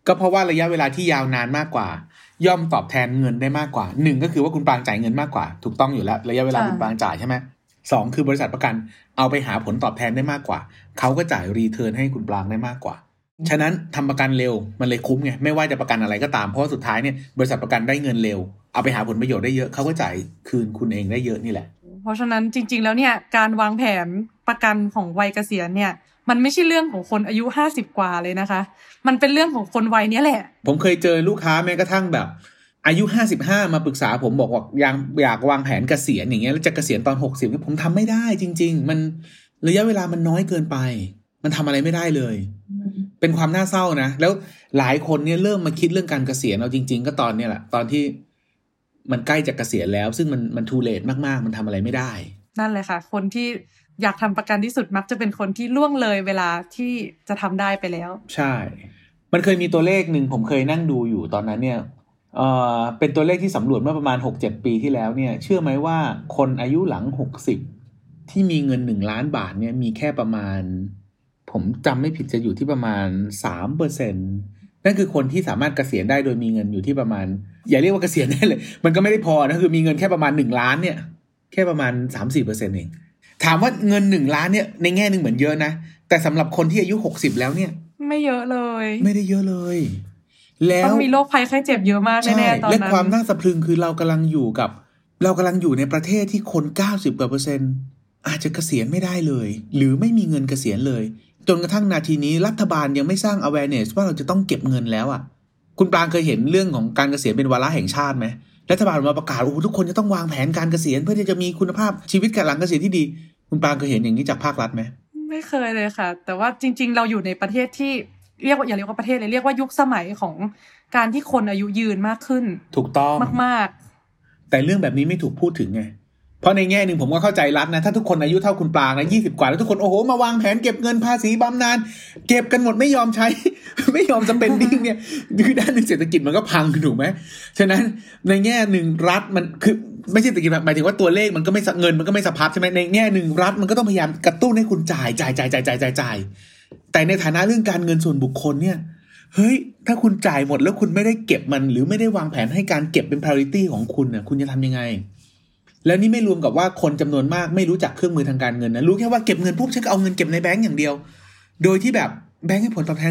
ก็เพราะว่าระยะเวลาที่ยาวนานมากกว่าย่อมตอบแทนเงินได้มากกว่า1ก็คือว่าคุณปรางจ่ายเงินมากกว่าถูกต้องอยู่แล้วระยะเวลาคุณปรางจ่ายใช่ไหม2คือบริษัทประกันเอาไปหาผลตอบแทนได้มากกว่าเขาก็จ่ายรีเทิร์นให้คุณปรางได้มากกว่าฉะนั้นทำประกันเร็วมันเลยคุ้มไงไม่ว่าจะประกันอะไรก็ตามเพราะว่าสุดท้ายเนี่ยบริษัทประกันได้เงินเร็วเอาไปหาผลประโยชน์ได้เยอะเขาก็จ่ายคืนคุณเองได้เยอะนี่แหละเพราะฉะนั้นจริงๆแล้วเนี่ยการวางแผนประกันของวัยเกษียณเนี่ยมันไม่ใช่เรื่องของคนอายุ50กว่าเลยนะคะมันเป็นเรื่องของคนวัยนี้แหละผมเคยเจอลูกค้าแม้กระทั่งแบบอายุ55มาปรึกษาผมบอกว่าอยากวางแผนเกษียณอย่างเงี้ยแล้วจะเกษียณตอน60ผมทำไม่ได้จริงๆมันระยะเวลามันน้อยเกินไปมันทำอะไรไม่ได้เลยเป็นความน่าเศร้านะแล้วหลายคนเนี่ยเริ่มมาคิดเรื่องการเกษียณเอาจริงๆก็ตอนเนี้ยแหละตอนที่มันใกล้จะเกษียณแล้วซึ่งมันทูเลทมากๆมันทำอะไรไม่ได้นั่นเลยค่ะคนที่อยากทำประกันที่สุดมักจะเป็นคนที่ล่วงเลยเวลาที่จะทำได้ไปแล้วใช่มันเคยมีตัวเลขหนึ่งผมเคยนั่งดูอยู่ตอนนั้นเนี่ยเป็นตัวเลขที่สำรวจเมื่อประมาณ 6-7 ปีที่แล้วเนี่ยเชื่อไหมว่าคนอายุหลัง60ที่มีเงิน1ล้านบาทเนี่ยมีแค่ประมาณผมจำไม่ผิดจะอยู่ที่ประมาณ 3% นั่นคือคนที่สามารถเกษียณได้โดยมีเงินอยู่ที่ประมาณอย่าเรียกว่าเกษียณได้เลยมันก็ไม่ได้พอนะคือมีเงินแค่ประมาณ1ล้านเนี่ยแค่ประมาณ 3-4% เองถามว่าเงิน1ล้านเนี่ยในแง่นึงเหมือนเยอะนะแต่สำหรับคนที่อายุ60แล้วเนี่ยไม่เยอะเลยไม่ได้เยอะเลยแล้วต้องมีโรคภัยไข้เจ็บเยอะมากแน่ๆตอนนั้นและความน่าสะพรึงคือเรากำลังอยู่ในประเทศที่คน90%อาจจะเกษียณไม่ได้เลยหรือไม่มีเงินเกษียณเลยจนกระทั่งนาทีนี้รัฐบาลยังไม่สร้าง awareness ว่าเราจะต้องเก็บเงินแล้วอ่ะคุณปรางเคยเห็นเรื่องของการเกษียณเป็นวาระแห่งชาติไหมรัฐบาลมาประกาศทุกคนจะต้องวางแผนการเกษียณเพื่อที่จะมีคุณภาพชีวิตหลังเกษียณที่ดีคุณปรางเคยเห็นอย่างนี้จากภาครัฐไหมไม่เคยเลยค่ะแต่ว่าจริงๆเราอยู่ในประเทศที่เรียกว่าอย่าเรียกว่าประเทศเลยเรียกว่ายุคสมัยของการที่คนอายุยืนมากขึ้นถูกต้องมากๆแต่เรื่องแบบนี้ไม่ถูกพูดถึงไงเพราะในแง่นึงผมก็เข้าใจรัฐนะถ้าทุกคนอายุเท่าคุณปรางนะ20กว่าแล้วทุกคนโอ้โหมาวางแผนเก็บเงินภาษีบำนาญเก็บกันหมดไม่ยอมใช้ ไม่ยอมสเปนดิ้งเนี่ยคือด้านนึงเศรษฐกิจมันก็พังถูกไหมฉะนั้นในแง่นึงรัฐมันคือไม่ใช่เศรษฐกิจหมายถึงว่าตัวเลขมันก็ไม่เงินมันก็ไม่สะพัดใช่ไหมในแง่นึงรัฐมันก็ต้องพยายามกระตุ้นให้คุณจ่ายแต่ในฐานะเรื่องการเงินส่วนบุคคลเนี่ยเฮ้ยถ้าคุณจ่ายหมดแล้วคุณไม่ได้เก็บมันหรือไม่ได้วางแผนให้การเก็บเป็น priority ของคุณน่ะคุณจะทำยังไงแล้วนี่ไม่รวมกับว่าคนจำนวนมากไม่รู้จักเครื่องมือทางการเงินนะรู้แค่ว่าเก็บเงินปุ๊บฉันก็เอาเงินเก็บในแบงก์อย่างเดียวโดยที่แบบแบงก์ให้ผลตอบแทน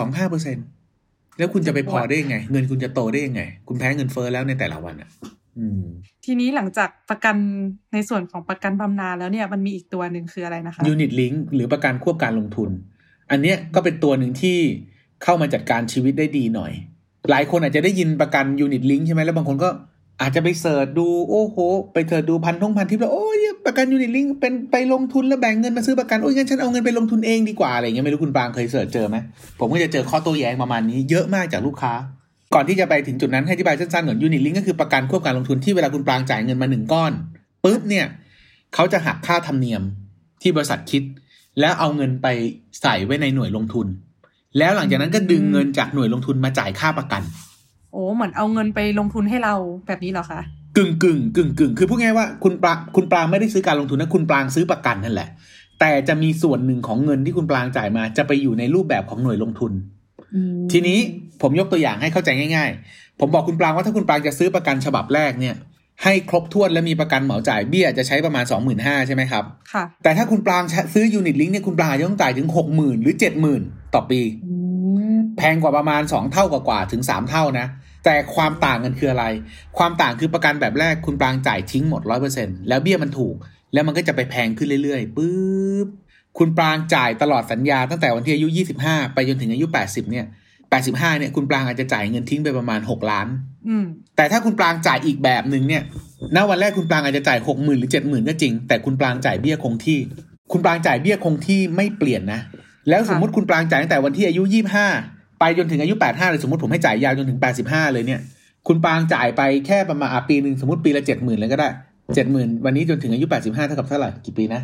0.25% แล้วคุณจะไปพอได้ยังไงเงินคุณจะโตได้ยังไงคุณแพ้เงินเฟ้อแล้วในแต่ละวันอ่ะทีนี้หลังจากประกันในส่วนของประกันบำนาญแล้วเนี่ยมันมีอีกตัวนึงคืออะไรนะคะ Unit Link หรือประกันควบการลงทุนอันเนี้ยก็เป็นตัวนึงที่เข้ามาจัดการชีวิตได้ดีหน่อยหลายคนอาจจะได้ยินประกัน Unit Link ใช่ไหมแล้วบางคนก็อาจจะไปเสิร์ชดูโอ้โหไปเสิร์ชดูพันทิปแล้วโอ้ยประกัน Unit Link เป็นไปลงทุนแล้วแบ่งเงินมาซื้อประกันโอ้ยงั้นฉันเอาเงินไปลงทุนเองดีกว่าอะไรเงี้ยไม่รู้คุณปรางเคยเสิร์ชเจอไหมผมก็จะเจอข้อโต้แย้งประมาณนี้เยอะมากจากลูกค้าก่อนที่จะไปถึงจุดนั้นให้อธิบายสั้นๆก่อน Unit Link ก็คือประกันควบการลงทุนที่เวลาคุณปรางจ่ายเงินมา1ก้อนปุ๊บเนี่ยเขาจะหักค่าธรรมเนียมที่บริษัทคิดแล้วเอาเงินไปใส่ไว้ในหน่วยลงทุนแล้วหลังจากนั้นก็ดึงเงินจากหน่วยลงทุนมาจ่ายค่าประกันเหมือนเอาเงินไปลงทุนให้เราแบบนี้เหรอคะกึ่งคือพูดง่ายว่าคุณปรางไม่ได้ซื้อการลงทุนนะคุณปรางซื้อประกันนั่นแหละแต่จะมีส่วนหนึ่งของเงินที่คุณปรางจ่ายมาจะไปอยู่ในรูปแบบของหน่วยลงทุนทีนี้ผมยกตัวอย่างให้เข้าใจง่ายๆผมบอกคุณปรางว่าถ้าคุณปรางจะซื้อประกันฉบับแรกเนี่ยให้ครบถ้วนและมีประกันเหมาจ่ายเบี้ยจะใช้ประมาณ 25,000 ใช่ไหมครับค่ะแต่ถ้าคุณปรางซื้อ Unit Link เนี่ยคุณปรางจะต้องจ่ายถึง 60,000 หรือ 70,000 ต่อปีแพงกว่าประมาณ2เท่ากว่าถึง3เท่านะแต่ความต่างกันคืออะไรความต่างคือประกันแบบแรกคุณปรางจ่ายทิ้งหมด 100% แล้วเบี้ยมันถูกแล้วมันก็จะไปแพงขึ้นเรื่อยๆปึ๊บคุณปรางจ่ายตลอดสัญญาตั้งแต่วันที่อายุ25ไปจนถึงอายุ80เนี่ย85เนี่ยคุณปรางอาจจะจ่ายเงินทิ้งไปประมาณ6ล้านแต่ถ้าคุณปรางจ่ายอีกแบบนึงเนี่ยณวันแรกคุณปรางอาจจะจ่าย 60,000 หรือ 70,000 ก็จริงแต่คุณปรางจ่ายเบี้ยคงที่คุณปรางจ่ายเบี้ยคงที่ไม่เปลี่ยนนะแล้วสมมุติคุณปรางจ่ายตั้งแต่วันที่อายุ25ไปจนถึงอายุ85เลยสมมุติผมให้จ่ายยาวจนถึง85เลยเนี่ยคุณปรางจ่ายไปแค่ประมาณปีนึงสมมุติปีละ 70,000 เลยก็ได้ 70,000 วันนี้จนถึงอายุ85เท่ากับเท่าไหร่กี่ปีนะ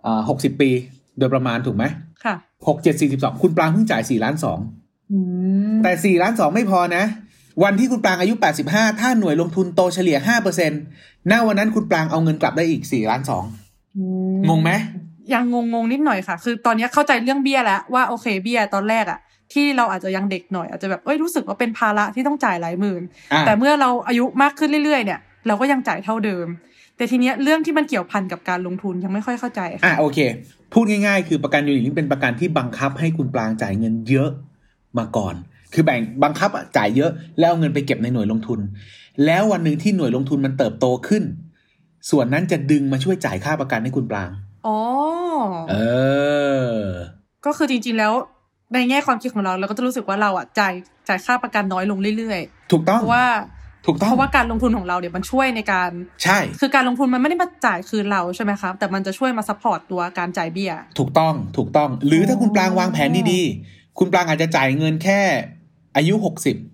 60 ปีโดยประมาณถูกไหมค่ะ 6 7 42คุณปรางเพิ่งจ่าย4.2 ล้านแต่4.2 ล้านไม่พอนะวันที่คุณปรางอายุ85ถ้าหน่วยลงทุนโตเฉลี่ย 5% ณวันนั้นคุณปรางเอาเงินกลับได้อีก4.2 ล้านงงไหมยังงงนิดหน่อยค่ะคือตอนนี้เข้าใจเรื่องเบี้ยแล้วว่าโอเคเบี้ยตอนแรกอะที่เราอาจจะยังเด็กหน่อยอาจจะแบบรู้สึกว่าเป็นภาระที่ต้องจ่ายหลายหมื่นแต่เมื่อเราอายุมากขึ้นเรื่อยๆเนี่ยเราก็ยังจ่ายเท่าเดิมแต่ทีเนี้ยเรื่องที่มันเกี่ยวพันกับการลงทุนยังไม่ค่อยเข้าใจค่ะโอเคพูดง่ายๆคือประกันยูนิตลิงก์เป็นประกันที่บังคับให้คุณปรางจ่ายเงินเยอะมาก่อนคือบังคับจ่ายเยอะแล้วเอาเงินไปเก็บในหน่วยลงทุนแล้ววันนึงที่หน่วยลงทุนมันเติบโตขึ้นส่วนนั้นจะดึงมาช่วยจ่ายค่าประกันให้คุณปรางก็คือจริงๆแล้วในแง่ความคิดของเราก็จะรู้สึกว่าเราจ่ายค่าประกันน้อยลงเรื่อยๆถูกต้องเพราะว่าการลงทุนของเราเนี่ยมันช่วยในการใช่คือการลงทุนมันไม่ได้มาจ่ายคืนเราใช่ไหมครับแต่มันจะช่วยมาซัพพอร์ตตัวการจ่ายเบี้ยถูกต้องหรือถ้าคุณปรางวางแผนดีๆคุณปรางอาจจะจ่ายเงินแค่อายุ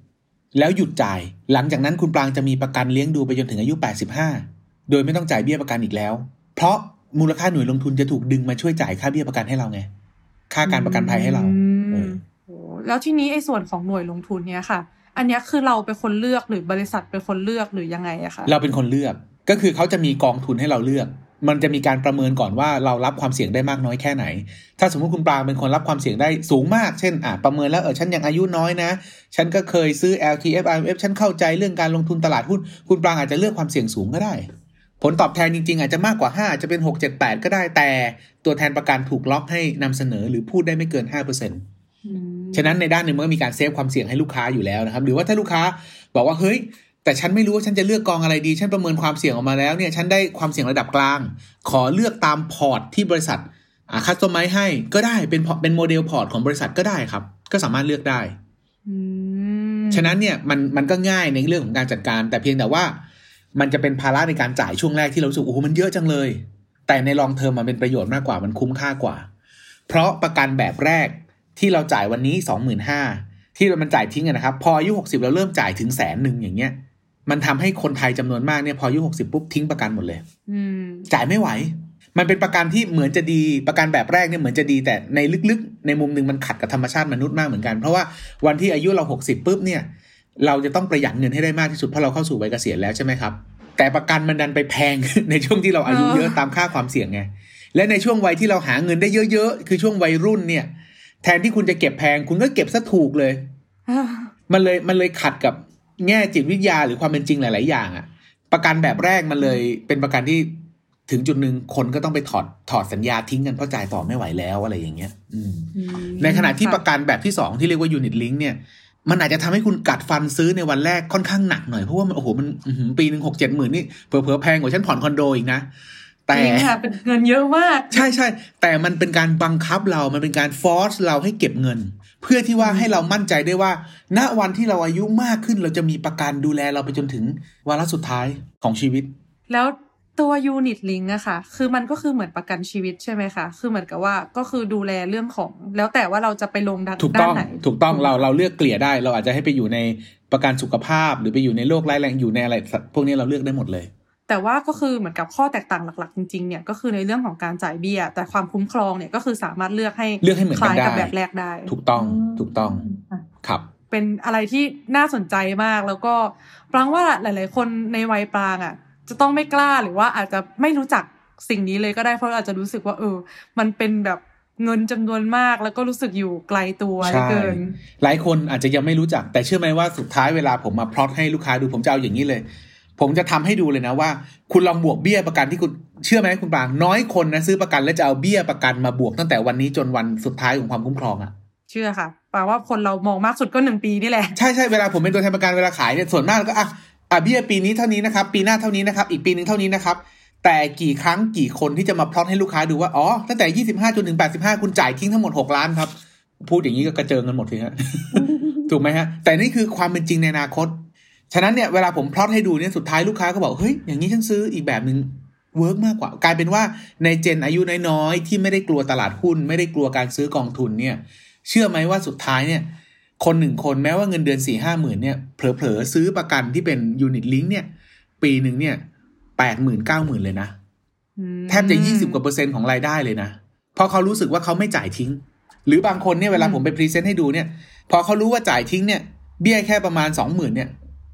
60แล้วหยุดจ่ายหลังจากนั้นคุณปรางจะมีประกันเลี้ยงดูไปจนถึงอายุ85โดยไม่ต้องจ่ายเบี้ยประกันอีกแล้วเพราะมูลค่าหน่วยลงทุนจะถูกดึงมาช่วยจ่ายค่าเบี้ยประกันให้เราไงค่าการประกันภัยให้เราแล้วทีนี้ไอ้ส่วนของหน่วยลงทุนเนี้ยค่ะอันนี้คือเราเป็นคนเลือกหรือบริษัทเป็นคนเลือกหรือยังไงอะคะเราเป็นคนเลือกก็คือเขาจะมีกองทุนให้เราเลือกมันจะมีการประเมินก่อนว่าเรารับความเสี่ยงได้มากน้อยแค่ไหนถ้าสมมติคุณปรางเป็นคนรับความเสี่ยงได้สูงมากเช่นประเมินแล้วฉันยังอายุน้อยนะฉันก็เคยซื้อ LTF IMF ฉันเข้าใจเรื่องการลงทุนตลาดหุ้นคุณปรางอาจจะเลือกความเสี่ยงสูงก็ได้ผลตอบแทนจริงๆอาจจะมากกว่า5อาจจะเป็น6 7 8ก็ได้แต่ตัวแทนประกันถูกล็อกให้นำเสนอหรือพูดได้ไม่เกิน 5%ฉะนั้นในด้านนึงมันก็มีการเซฟความเสี่ยงให้ลูกค้าอยู่แล้วนะครับหรือว่าถ้าลูกค้าบอกว่าเฮ้ยแต่ฉันไม่รู้ว่าฉันจะเลือกกองอะไรดีฉันประเมินความเสี่ยงออกมาแล้วเนี่ยฉันได้ความเสี่ยงระดับกลางขอเลือกตามพอร์ตที่บริษัทคัสตอมไมซ์ให้ก็ได้เป็นโมเดลพอร์ตของบริษัทก็ได้ครับก็สามารถเลือกได้ฉะนั้นเนี่ยมันก็ง่ายในเรื่องของการจัดการแต่เพียงแต่ว่ามันจะเป็นภาระในการจ่ายช่วงแรกที่เรารู้สึกโอ้โหมันเยอะจังเลยแต่ในลองเทอมมันเป็นประโยชน์มากกว่ามันคุ้มค่ากว่าเพราะประกันแบบแรกที่เราจ่ายวันนี้ 25,000 ที่มันจ่ายทิ้งนะครับพออายุ60เราเริ่มจ่ายถึง100,000อย่างเงี้ยมันทำให้คนไทยจำนวนมากเนี่ยพออายุ60ปุ๊บทิ้งประกันหมดเลยจ่ายไม่ไหวมันเป็นประกันที่เหมือนจะดีประกันแบบแรกเนี่ยเหมือนจะดีแต่ในลึกๆในมุมนึงมันขัดกับธรรมชาติมนุษย์มากเหมือนกันเพราะว่าวันที่อายุเรา60ปุ๊บเนี่ยเราจะต้องประหยัดเงินให้ได้มากที่สุดเพราะเราเข้าสู่วัยเกษียณแล้วใช่ไหมครับแต่ประกันมันดันไปแพง ในช่วงที่เราอายุเยอะตามค่าความเสี่ยงไงและในช่วงวัยที่เราหาเงินได้เยอะๆคือช่วงวัยรุ่นเนี่ยแทนที่คุณจะเก็บแพงคุณก็เก็บซะถูกเลยมันเลยขัดกับแง่จิตวิทยาหรือความเป็นจริงหลายๆอย่างอ่ะประกันแบบแรกมันเลยเป็นประกันที่ถึงจุดนึงคนก็ต้องไปถอดสัญญาทิ้งกันเพราะจ่ายต่อไม่ไหวแล้วอะไรอย่างเงี้ยในขณะที่ประกันแบบที่2ที่เรียกว่า Unit Link เนี่ยมันอาจจะทำให้คุณกัดฟันซื้อในวันแรกค่อนข้างหนักหน่อยเพราะว่ามันโอ้โหมันปีนึง 6-7 หมื่นนี่เผลอๆแพงกว่าฉันผ่อนคอนโดอีกนะแต่เป็นเงินเยอะมากใช่ๆแต่มันเป็นการบังคับเรามันเป็นการฟอร์สเราให้เก็บเงินเพื่อที่ว่าให้เรามั่นใจได้ว่าณวันที่เราอายุมากขึ้นเราจะมีประกันดูแลเราไปจนถึงวาระสุดท้ายของชีวิตแล้วตัว Unit Link อะค่ะคือมันก็คือเหมือนประกันชีวิตใช่ไหมคะคือเหมือนกับว่าก็คือดูแลเรื่องของแล้วแต่ว่าเราจะไปลงด้านไหนถูกต้องเราเลือกเกลี่ยได้เราอาจจะให้ไปอยู่ในประกันสุขภาพหรือไปอยู่ในโรคร้ายแรงอยู่ในอะไรพวกนี้เราเลือกได้หมดเลยแต่ว่าก็คือเหมือนกับข้อแตกต่างหลักๆจริงๆเนี่ยก็คือในเรื่องของการจ่ายเบี้ยแต่ความคุ้มครองเนี่ยก็คือสามารถเลือกให้เหมือนกันได้แบบแรกได้ถูกต้องครับเป็นอะไรที่น่าสนใจมากแล้วก็ปรางว่าหลายๆคนในวัยปรางอ่ะจะต้องไม่กล้าหรือว่าอาจจะไม่รู้จักสิ่งนี้เลยก็ได้เพราะอาจจะรู้สึกว่ามันเป็นแบบเงินจำนวนมากแล้วก็รู้สึกอยู่ไกลตัวเกินหลายคนอาจจะยังไม่รู้จักแต่เชื่อไหมว่าสุดท้ายเวลาผมมาพลอตให้ลูกค้าดูผมจะเอาอย่างนี้เลยผมจะทำให้ดูเลยนะว่าคุณลองบวกเบี้ยประกันที่คุณเชื่อไหมคุณปรางน้อยคนนะซื้อประกันแล้วจะเอาเบี้ยประกันมาบวกตั้งแต่วันนี้จนวันสุดท้ายของความคุ้มครองอ่ะเชื่อค่ะแปลว่าคนเรามองมากสุดก็1ปีนี่แหละใช่เวลาผมเป็นตัวแทนประกันเวลาขายเนี่ยส่วนมากก็เบี้ยปีนี้เท่านี้นะครับปีหน้าเท่านี้นะครับอีกปีนึงเท่านี้นะครับแต่กี่ครั้งกี่คนที่จะมาพลอตให้ลูกค้าดูว่าอ๋อตั้งแต่25จนถึง85คุณจ่ายทิ้งทั้งหมด6ล้านครับพูดอย่างนี้ก็กระเจิงกันหมดเลยฮะ ถูกไหมฮะแต่นี่คือความเป็นจริงในอนาคตฉะนั้นเนี่ยเวลาผมพลอตให้ดูเนี่ยสุดท้ายลูกค้าก็บอกเฮ้ยอย่างนี้ฉันซื้ออีกแบบนึงเวิร์กมากกว่ากลายเป็นว่าในเจนอายุน้อยๆที่ไม่ได้กลัวตลาดหุ้นไม่ได้กลัวการซื้อกองทุนเนี่ยเชื่อไหมว่าสุดท้ายเนี่ยคน1คนแม้ว่าเงินเดือน 4-5 หมื่นเนี่ยเผลอๆซื้อประกันที่เป็น Unit Link เนี่ยปีนึงเนี่ย 80,000 90,000 เลยนะแทบจะ20%ของรายได้เลยนะเพราะเขารู้สึกว่าเขาไม่จ่ายทิ้งหรือบางคนเนี่ยเวลาผมไปพรีเซนต์ให้ดูเนี่ยพอเขารู้ว่าจ่ายทิ้งเนี่ยเบี้ยแค่ประมาณ 20,000 เนี่ย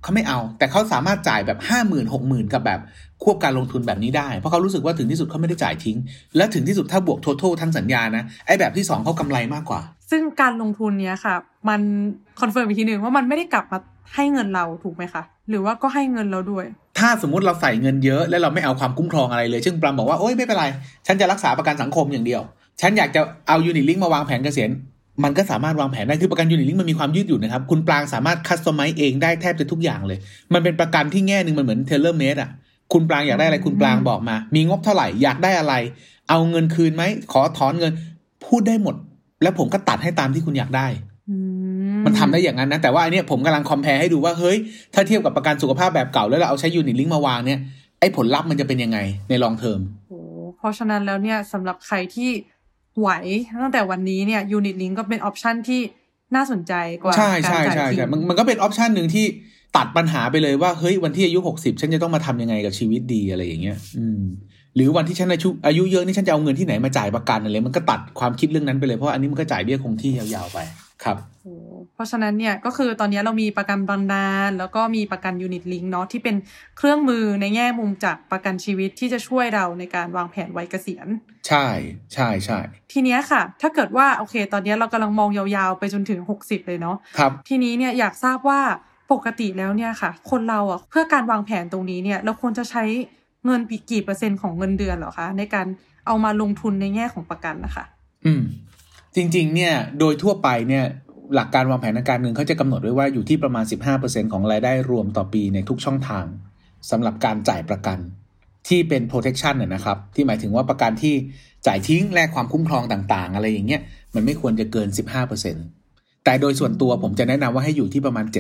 เขาไม่เอาแต่เขาสามารถจ่ายแบบ 50,000 60,000 กับแบบควบการลงทุนแบบนี้ได้เพราะเขารู้สึกว่าถึงที่สุดเขาไม่ได้จ่ายทิ้งและถึงที่สุดถ้าบวก total ทั้งสัญญานะไอ้แบบที่2เขากำไรมากกว่าซึ่งการลงทุนเนี้ยค่ะมันคอนเฟิร์มอีกทีนึงว่ามันไม่ได้กลับมาให้เงินเราถูกไหมคะหรือว่าก็ให้เงินเราด้วยถ้าสมมุติเราใส่เงินเยอะแล้วเราไม่เอาความคุ้มครองอะไรเลยซึ่งปรามบอกว่าโอ๊ยไม่เป็นไรฉันจะรักษาประกันสังคมอย่างเดียวฉันอยากจะเอายูนิตลิงก์มาวางแผนเกษียณมันก็สามารถวางแผนได้คือประกันยูนิตลิงก์มันมีความยืดหยุ่นนะครับคุณปรางสามารถคัสตอมไมซ์เองได้แทบจะทุกอย่างเลยมันเป็นประกันที่แง่นึงมันเหมือนเทเลอร์เมดอ่ะคุณปรางอยากได้อะไรคุณปรางบอกมามีงบเท่าไหร่อยากได้อะไรเอาเงินคืนไหมขอถอนเงินพูดได้หมดแล้วผมก็ตัดให้ตามที่คุณอยากได้มันทำได้อย่างนั้นนะแต่ว่าอันนี้ผมกำลังคอมแพร์ให้ดูว่าเฮ้ยถ้าเทียบกับประกันสุขภาพแบบเก่าแล้วเราเอาใช้ยูนิตลิงก์มาวางเนี่ยไอ้ผลลัพธ์มันจะเป็นยังไงในลองเทอมเพราะฉะนั้นแล้วเนี่ยสำหรับใครที่ไหวตั้งแต่วันนี้เนี่ยยูนิตลิงก์ก็เป็นออปชันที่น่าสนใจกว่าใช่ใช่ใช่ใช่มันก็เป็นออปชันหนึ่งที่ตัดปัญหาไปเลยว่าเฮ้ยวันที่อายุ60ฉันจะต้องมาทำยังไงกับชีวิตดีอะไรอย่างเงี้ยหรือวันที่ฉันอายุเยอะนี่ฉันจะเอาเงินที่ไหนมาจ่ายประกันอะไรมันก็ตัดความคิดเรื่องนั้นไปเลยเพราะอันนี้มันก็จ่ายเบี้ยคงที่ยาวๆไปครับเพราะฉะนั้นเนี่ยก็คือตอนนี้เรามีประกันบำนาญแล้วก็มีประกันยูนิตลิงก์เนาะที่เป็นเครื่องมือในแง่มุมจากประกันชีวิตที่จะช่วยเราในการวางแผนวัยเกษียณใช่ใช่ใช่ทีเนี้ยค่ะถ้าเกิดว่าโอเคตอนนี้เรากำลังมองยาวๆไปจนถึง60เลยเนาะครับทีนี้เนี่ยอยากทราบว่าปกติแล้วเนี่ยค่ะคนเราอ่ะเพื่อการวางแผนตรงนี้เนี่ยเราควรจะใช้เงินกี่เปอร์เซ็นต์ของเงินเดือนเหรอคะในการเอามาลงทุนในแง่ของประกันนะคะจริงๆเนี่ยโดยทั่วไปเนี่ยหลักการวางแผนทางการเงินเขาจะกำหนดไว้ว่าอยู่ที่ประมาณ 15% ของรายได้รวมต่อปีในทุกช่องทางสำหรับการจ่ายประกันที่เป็น protection นะครับที่หมายถึงว่าประกันที่จ่ายทิ้งแลกความคุ้มครองต่างๆอะไรอย่างเงี้ยมันไม่ควรจะเกิน 15% แต่โดยส่วนตัวผมจะแนะนำว่าให้อยู่ที่ประมาณ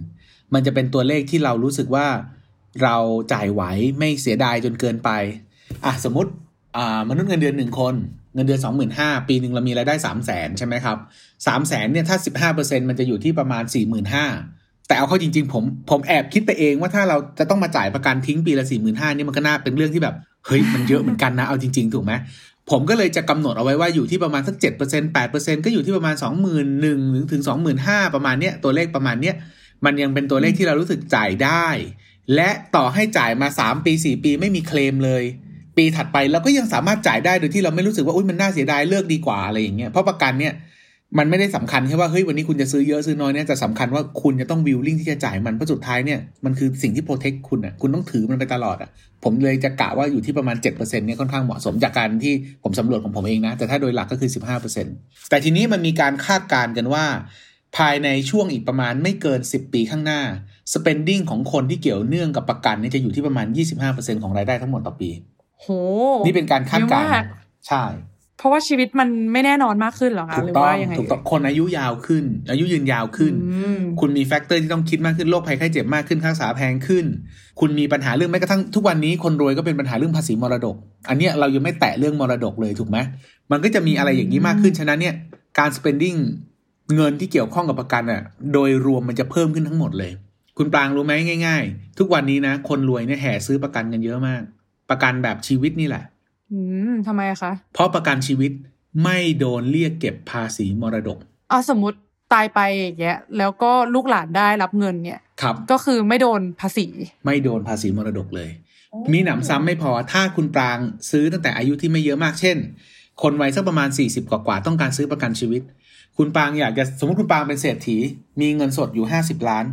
7% มันจะเป็นตัวเลขที่เรารู้สึกว่าเราจ่ายไหวไม่เสียดายจนเกินไปสมมติมนุษย์เงินเดือน1คนเงินเดือน 25,000 ปีนึงเรามีรายได้ 300,000 ใช่ไหมครับ 300,000 เนี่ยถ้า 15% มันจะอยู่ที่ประมาณ 45,000 แต่เอาเข้าจริงๆผมแอบคิดไปเองว่าถ้าเราจะต้องมาจ่ายประกันทิ้งปีละ 45,000 นี่มันก็น่าเป็นเรื่องที่แบบเฮ้ยมันเยอะเหมือนกันนะเอาจริงๆถูกไหมผมก็เลยจะกำหนดเอาไว้ว่าอยู่ที่ประมาณสัก 7% 8% ก็อยู่ที่ประมาณ 21,000 ถึง 25,000 ประมาณเนี้ยตัวเลขประมาณเนี้ยมันยังเป็นตัวเลขที่เรารู้สึกจ่ายได้และต่อให้จ่ายมา3ปี4ปีไม่มีเคลมเลยปีถัดไปเราก็ยังสามารถจ่ายได้โดยที่เราไม่รู้สึกว่าอุ๊ยมันน่าเสียดายเลิกดีกว่าอะไรอย่างเงี้ยเพราะประกันเนี่ยมันไม่ได้สำคัญแค่ว่าเฮ้ยวันนี้คุณจะซื้อเยอะซื้อน้อยเนี่ยแต่สำคัญว่าคุณจะต้องวิลลิ่งที่จะจ่ายมันเพราะสุดท้ายเนี่ยมันคือสิ่งที่โปรเทคคุณอ่ะคุณต้องถือมันไปตลอดอ่ะผมเลยจะกะว่าอยู่ที่ประมาณ 7% เนี่ยค่อนข้างเหมาะสมจากการที่ผมสำรวจของผมเองนะแต่ถ้าโดยหลักก็คือ 15% แต่ทีนี้มันมีการคาดการณ์กันว่าภายในช่วงอีกประมาณไม่เกิน10ปีข้างหน้า spending ของคนที่เกี่ยวเนื่องกับประกันเนี่ยจะอยู่ที่ประมาณ 25% ของรายได้ทั้งหมดต่อปีโหนี่เป็นการคาดการณ์ใช่เพราะว่าชีวิตมันไม่แน่นอนมากขึ้นหรอคะหรือว่ายังไงถูกต้องคนอายุยาวขึ้นอายุยืนยาวขึ้นคุณมีแฟกเตอร์ที่ต้องคิดมากขึ้นโรคภัยไข้เจ็บมากขึ้นค่ารักษาแพงขึ้นคุณมีปัญหาเรื่องแม้กระทั่งทุกวันนี้คนรวยก็เป็นปัญหาเรื่องภาษีมรดกอันเนี้ยเรายังไม่แตะเรื่องมรดกเลยถูกไหมมันก็จะมีอะไรอย่างนี้มากขึ้นฉะนั้นเนี่ยการ spending เงินที่เกี่ยวข้องกับประกันอ่ะโดยรวมมันจะเพิ่มขึ้นทั้งหมดเลยคุณปรางรู้ไหมง่ายๆทุกวันนี้นะคนรวยเนี่ยแห่ซื้อประกันกันเยอะมากประกันแบบชีวิตนี่แหละทำไมคะเพราะประกันชีวิตไม่โดนเรียกเก็บภาษีมรดกสมมุติตายไปอย่างเงี้ยแล้วก็ลูกหลานได้รับเงินเนี่ยครับก็คือไม่โดนภาษีไม่โดนภาษีมรดกเลยมีหนำซ้ำไม่พอถ้าคุณปรางซื้อตั้งแต่อายุที่ไม่เยอะมากเช่นคนวัยสักประมาณ40กว่าต้องการซื้อประกันชีวิตคุณปรางอยากจะสมมติคุณปรางเป็นเศรษฐีมีเงินสดอยู่50 ล้าน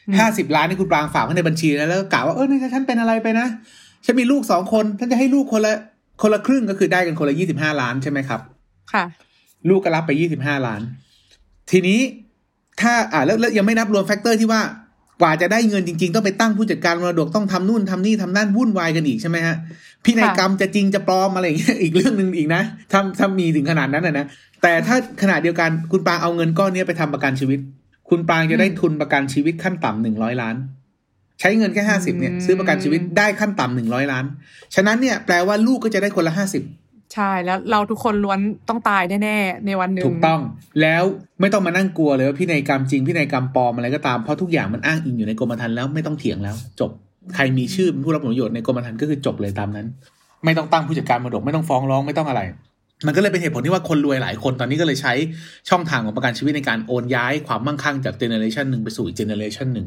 50 ล้านนี่คุณปรางฝากไว้ในบัญชีแล้วก็กะว่านี่ฉันเป็นอะไรไปนะฉันมีลูก2คนฉันจะให้ลูกคนละครึ่งก็คือได้กันคนละ25 ล้านใช่ไหมครับค่ะลูกก็รับไป25 ล้านทีนี้ถ้าแล้วยังไม่นับรวมแฟกเตอร์ที่ว่ากว่าจะได้เงินจริงๆต้องไปตั้งผู้จัดการมรดกต้องทำนู่นทำนี่ทำนั่นวุ่นวายกันอีกใช่ไหมฮะพินัยกรรมจะจริงจะปลอมอะไรอย่างเงี้ยอีกเรื่องนึงอีกนะถ้ามีถึงขนาดนั้นนะแต่ถ้าขณะเดียวกันคุณปางเอาเงินก้อนนี้ไปทำประกันชีวิตคุณปางจะได้ทุนประกันชีวิตขั้นต่ำ100 ล้านใช้เงินแค่50เนี่ยซื้อประกันชีวิตได้ขั้นต่ำ100 ล้านฉะนั้นเนี่ยแปลว่าลูกก็จะได้คนละ50 ใช่แล้วเราทุกคนล้วนต้องตายแน่ๆในวันนึงถูกต้องแล้วไม่ต้องมานั่งกลัวเลยว่าพินัยกรรมจริงพินัยกรรมปลอมอะไรก็ตามเพราะทุกอย่างมันอ้างอิงอยู่ในกรมธรรม์แล้วไม่ต้องเถียงแล้วจบใครมีชื่อเป็นผู้รับผลประโยชน์ในกรมธรรม์ก็คือจบเลยตามนั้นไม่ต้องตั้งผู้จัดการมรดกไม่ต้องฟ้องร้องไม่ต้องอะไรมันก็เลยเป็นเหตุผลที่ว่าคนรวยหลายคนตอนนี้ก็เลยใช้ช่องทางของประกันชีวิตในการโอนย้ายความมั่งคั่งจากเจเนอเรชันนึงไปสู่อีกเจเนอเรชันนึง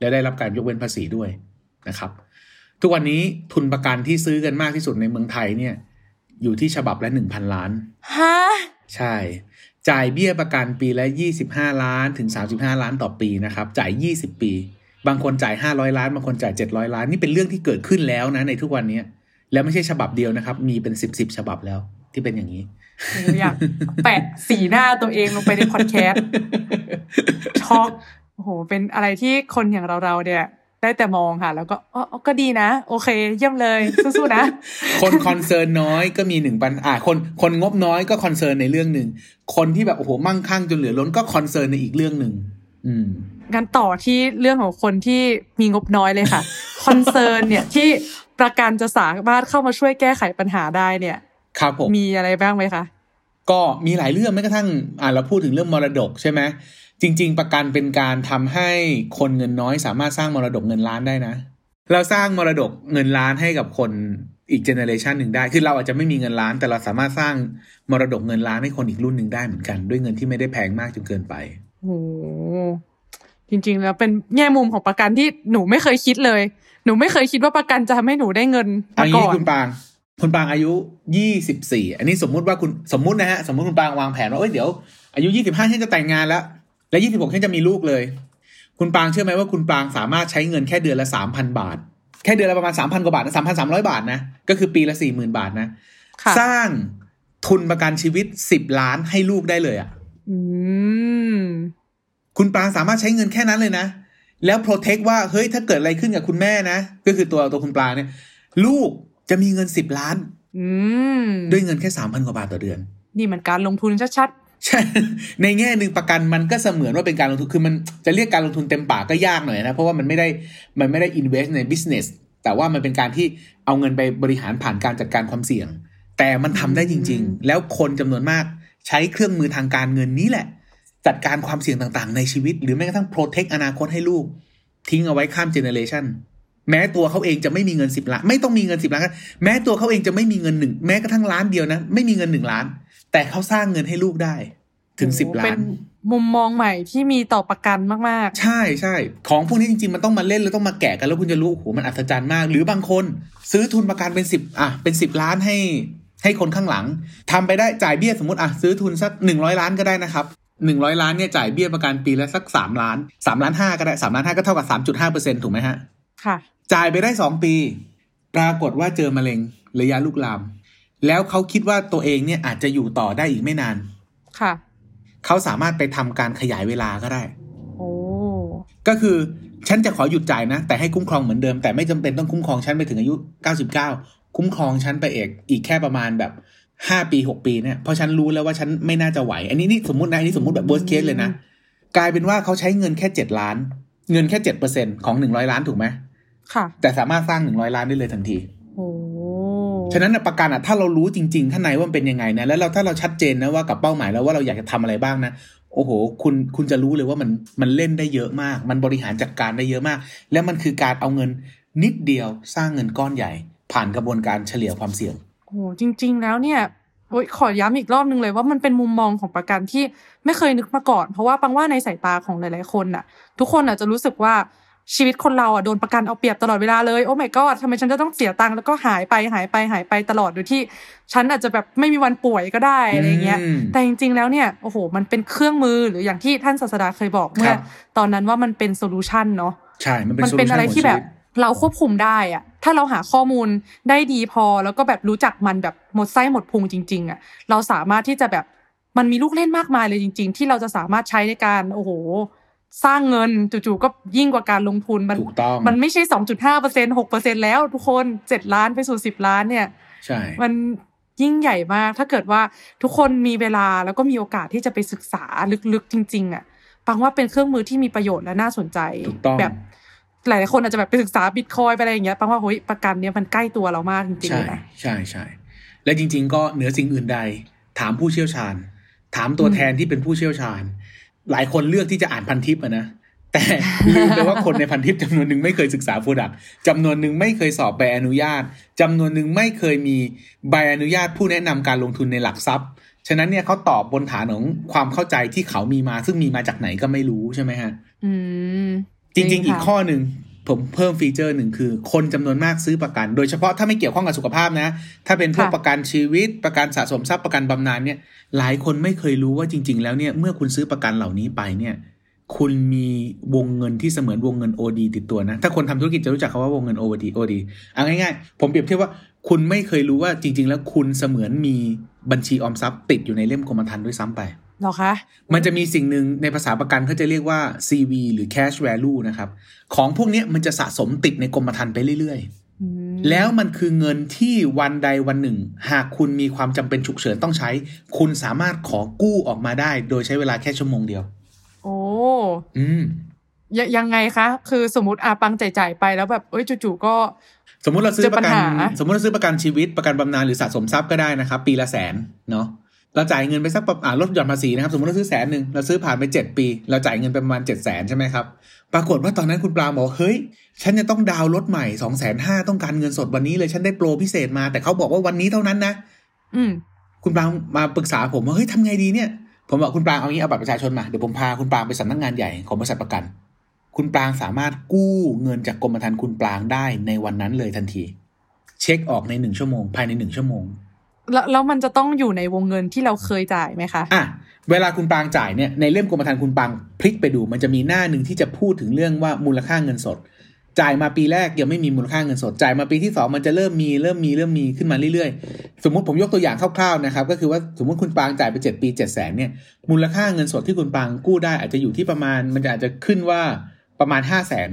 และได้รับการยกเว้นภาษีด้วยนะครับทุกวันนี้ทุนประกันที่ซื้อกันมากที่สุดในเมืองไทยเนี่ยอยู่ที่ฉบับละ 1,000 ล้านฮะใช่จ่ายเบี้ยประกันปีละ25 ล้านถึง35 ล้านต่อปีนะครับจ่าย20 ปีบางคนจ่าย500 ล้านบางคนจ่าย700 ล้านนี่เป็นเรื่องที่เกิดขึ้นแล้วนะในทุกวันนี้แล้วไม่ใช่ฉบับเดียวนะครับมีเป็น10ฉบับแล้วที่เป็นอย่างนี้อยากแปะสีหน้าตัวเองลงไปในพอดแคสต์ช็อกโอ้โหเป็นอะไรที่คนอย่างเราเนี่ยได้แต่มองค่ะแล้วก็ก็ดีนะโอเคเยี่ยมเลยสู้ๆนะคนคอนเซิร์นน้อยก็มี1ปัญหาคนงบน้อยก็คอนเซิร์นในเรื่องนึงคนที่แบบโอ้โหมั่งคั่งจนเหลือล้นก็คอนเซิร์นในอีกเรื่องนึงงั้นต่อที่เรื่องของคนที่มีงบน้อยเลยค่ะคอนเซิร์นเนี่ยที่ประกันจะสามารถเข้ามาช่วยแก้ไขปัญหาได้เนี่ยครับผมมีอะไรบ้างไหมคะก็มีหลายเรื่องแม้กระทั่งเราพูดถึงเรื่องมรดกใช่ไหมจริงๆประกันเป็นการทำให้คนเงินน้อยสามารถสร้างมรดกเงินล้านได้นะเราสร้างมรดกเงินล้านให้กับคนอีกเจเนอเรชันหนึ่งได้คือเราอาจจะไม่มีเงินล้านแต่เราสามารถสร้างมรดกเงินล้านให้คนอีกรุ่นหนึ่งได้เหมือนกันด้วยเงินที่ไม่ได้แพงมากจนเกินไปโอ้จริงๆแล้วเป็นแง่มุมของประกันที่หนูไม่เคยคิดเลยหนูไม่เคยคิดว่าประกันจะทำให้หนูได้เงินมาก่อนคุณปางอายุ24อันนี้สมมุติว่าคุณสมมุตินะฮะสมมุติคุณปางวางแผนว่าเดี๋ยวอายุ25ฉันจะแต่งงานแล้วและ26ฉันจะมีลูกเลยคุณปางเชื่อไหมว่าคุณปางสามารถใช้เงินแค่เดือนละ 3,000 บาทแค่เดือนละประมาณ 3,000 กว่าบาทนะ 3,300 บาทนะก็คือปีละ 40,000 บาทนะสร้างทุนประกันชีวิต10 ล้านให้ลูกได้เลยอ่ะคุณปางสามารถใช้เงินแค่นั้นเลยนะแล้วโปรเทคว่าเฮ้ยถ้าเกิดอะไรขึ้นกับคุณแม่นะก็คือตัวคุณปางเนี่ยลูกจะมีเงิน10 ล้านด้วยเงินแค่ 3,000 กว่าบาทต่อเดือนนี่มันการลงทุนชัดใช่ในแง่นึงประกันมันก็เสมือนว่าเป็นการลงทุนคือมันจะเรียกการลงทุนเต็มปากก็ยากหน่อยนะเพราะว่ามันไม่ได้ invest ใน business แต่ว่ามันเป็นการที่เอาเงินไปบริหารผ่านการจัดการความเสี่ยงแต่มันทำได้จริงๆแล้วคนจำนวนมากใช้เครื่องมือทางการเงินนี้แหละจัดการความเสี่ยงต่างๆในชีวิตหรือแม้กระทั่ง protect อนาคตให้ลูกทิ้งเอาไว้ข้าม generation แม้ตัวเขาเองจะไม่มีเงิน10 ล้านไม่ต้องมีเงิน10 ล้านแม้ตัวเขาเองจะไม่มีเงิน1แม้กระทั่งล้านเดียวนะไม่มีเงิน1 ล้านแต่เขาสร้างเงินให้ลูกได้ถึง10 ล้านเป็นมุมมองใหม่ที่มีต่อประกันมากๆใช่ๆของพวกนี้จริงๆมันต้องมาเล่นแล้วต้องมาแกะกันแล้วคุณจะรู้โอ้โหมันอัศจรรย์มากหรือบางคนซื้อทุนประกันเป็น10 ล้านให้คนข้างหลังทำไปได้จ่ายเบี้ยสมมติซื้อทุนสัก100 ล้านก็ได้นะครับ100 ล้านเนี่ยจ่ายเบี้ยประกันปีละสัก3 ล้าน3 ล้าน 5ก็ได้3 ล้าน 5ก็เท่ากับ 3.5% ถูกไหมฮะค่ะจ่ายไปได้2 ปีปรากฏว่าเจอมะเร็งระยะลุกลามแล้วเขาคิดว่าตัวเองเนี่ยอาจจะอยู่ต่อได้อีกไม่นานค่ะเขาสามารถไปทำการขยายเวลาก็ได้โอ้ก็คือฉันจะขอหยุดจ่ายนะแต่ให้คุ้มครองเหมือนเดิมแต่ไม่จำเป็นต้องคุ้มครองฉันไปถึงอายุ99คุ้มครองฉันไปอีกแค่ประมาณแบบ5 ปี 6 ปีเนี่ยเพราะฉันรู้แล้วว่าฉันไม่น่าจะไหวอันนี้นี่สมมุตินะอันนี้สมมุติแบบ worst case เลยนะกลายเป็นว่าเขาใช้เงินแค่7 ล้านเงินแค่ 7% ของ100 ล้านถูกไหมค่ะแต่สามารถสร้าง100 ล้านได้เลยทันทีโอ้ฉะนั้นประกันถ้าเรารู้จริงๆข้างในว่ามันเป็นยังไงนะแล้วถ้าเราชัดเจนนะว่ากับเป้าหมายแล้วว่าเราอยากจะทำอะไรบ้างนะโอ้โหคุณจะรู้เลยว่ามันเล่นได้เยอะมากมันบริหารจัดการได้เยอะมากแล้วมันคือการเอาเงินนิดเดียวสร้างเงินก้อนใหญ่ผ่านกระบวนการเฉลี่ยความเสี่ยงโอ้จริงๆแล้วเนี่ยขอย้ำอีกรอบนึงเลยว่ามันเป็นมุมมองของประกันที่ไม่เคยนึกมาก่อนเพราะว่าปังว่าในสายตาของหลายๆคนน่ะทุกคนอาจจะรู้สึกว่าชีวิตคนเราโดนประกันเอาเปรียบตลอดเวลาเลยโอ้ my god ทำไมฉันจะต้องเสียตังค์แล้วก็หายไปตลอดโดยที่ฉันอาจจะแบบไม่มีวันป่วยก็ได้อะไรเงี้ยแต่จริงๆแล้วเนี่ยโอ้โหมันเป็นเครื่องมือหรืออย่างที่ท่านศาสดาเคยบอกเมื่อตอนนั้นว่ามันเป็นโซลูชันเนาะใช่มันเป็นอะไรที่แบบเราควบคุมได้อะถ้าเราหาข้อมูลได้ดีพอแล้วก็แบบรู้จักมันแบบหมดไส้หมดพุงจริงๆเราสามารถที่จะแบบมันมีลูกเล่นมากมายเลยจริงๆที่เราจะสามารถใช้ในการโอ้โหสร้างเงินจู่ๆก็ยิ่งกว่าการลงทุนมันไม่ใช่ 2.5% 6% แล้วทุกคน7 ล้านไปสู่10 ล้านเนี่ยใช่มันยิ่งใหญ่มากถ้าเกิดว่าทุกคนมีเวลาแล้วก็มีโอกาสที่จะไปศึกษาลึกๆจริงๆปังว่าเป็นเครื่องมือที่มีประโยชน์และน่าสนใจแบบหลายๆคนอาจจะแบบไปศึกษา Bitcoin ไปอะไรอย่างเงี้ยปังว่าเฮ้ยประกันเนี่ยมันใกล้ตัวเรามากจริงๆนะใช่และจริงๆก็เหนือสิ่งอื่นใดถามผู้เชี่ยวชาญถามตัวแทนที่เป็นผู้เชี่ยวชาญหลายคนเลือกที่จะอ่านพันทิปนะแต่ลืมไปว่าคนในพันทิปจำนวนหนึ่งไม่เคยศึกษาโปรดักต์จำนวนหนึ่งไม่เคยสอบใบอนุญาตจำนวนหนึ่งไม่เคยมีใบอนุญาตผู้แนะนำการลงทุนในหลักทรัพย์ฉะนั้นเนี่ยเขาตอบบนฐานของความเข้าใจที่เขามีมาซึ่งมีมาจากไหนก็ไม่รู้ใช่ไหมฮะจริงๆอีกข้อหนึ่งผมเพิ่มฟีเจอร์หนึ่งคือคนจำนวนมากซื้อประกันโดยเฉพาะถ้าไม่เกี่ยวข้องกับสุขภาพนะถ้าเป็นพวกประกันชีวิตประกันสะสมทรัพย์ประกันบำนาญเนี่ยหลายคนไม่เคยรู้ว่าจริงๆแล้วเนี่ยเมื่อคุณซื้อประกันเหล่านี้ไปเนี่ยคุณมีวงเงินที่เสมือนวงเงิน OD ติดตัวนะถ้าคนทำธุรกิจจะรู้จักคำว่าวงเงิน OD เอาง่ายๆผมเปรียบเทียบว่าคุณไม่เคยรู้ว่าจริงๆแล้วคุณเสมือนมีบัญชีออมทรัพย์ติดอยู่ในเล่มกรมธรรม์ด้วยซ้ำไปหรอคะมันจะมีสิ่งหนึ่งในภาษาประกันเขาจะเรียกว่า CV หรือ cash value นะครับของพวกนี้มันจะสะสมติดในกรมธรรม์ไปเรื่อยๆแล้วมันคือเงินที่วันใดวันหนึ่งหากคุณมีความจำเป็นฉุกเฉินต้องใช้คุณสามารถขอกู้ออกมาได้โดยใช้เวลาแค่ชั่วโมงเดียวโอ้ยังไงคะคือสมมติปังจ่ายไปแล้วแบบจู่ๆก็สมมุติเราซื้อประกันชีวิตประกันบำนาญหรือสะสมทรัพย์ก็ได้นะครับปีละ100,000เนาะเราจ่ายเงินไปสักลดหย่อนภาษีนะครับสมมติเราซื้อ100,000เราซื้อผ่านไป7ปีเราจ่ายเงินไปประมาณ 700,000 ใช่ไหมครับปรากฏว่าตอนนั้นคุณปลาบอกเฮ้ยฉันจะต้องดาวน์รถใหม่ 250,000 ต้องการเงินสดวันนี้เลยฉันได้โปรพิเศษมาแต่เขาบอกว่าวันนี้เท่านั้นนะคุณปลามาปรึกษาผมว่าเฮ้ยทำไงดีเนี่ยผมบอกคุณปลาเอางี้เอาบัตรประชาชนมาเดี๋ยวผมพาคุณปลาไปสำนักงานใหญ่ของบริษัทประกันคุณปลาสามารถกู้เงินจากกรมธรรม์คุณปลาได้ในวันนั้นเลยทันทีเช็คออกใน1ชั่วโมงภายใน1ชั่วโมงแล้วมันจะต้องอยู่ในวงเงินที่เราเคยจ่ายไหมคะเวลาคุณปางจ่ายเนี่ยในเล่มกรมธรรม์คุณปางพลิกไปดูมันจะมีหน้าหนึ่งที่จะพูดถึงเรื่องว่ามูลค่าเงินสดจ่ายมาปีแรกยังไม่มีมูลค่าเงินสดจ่ายมาปีที่2มันจะเริ่มมีขึ้นมาเรื่อยๆสมมุติผมยกตัวอย่างคร่าวๆนะครับก็คือว่าสมมุติคุณปางจ่ายไป7ปี 700,000 เนี่ยมูลค่าเงินสดที่คุณปางกู้ได้อาจจะอยู่ที่ประมาณมันอาจจะขึ้นว่าประมาณ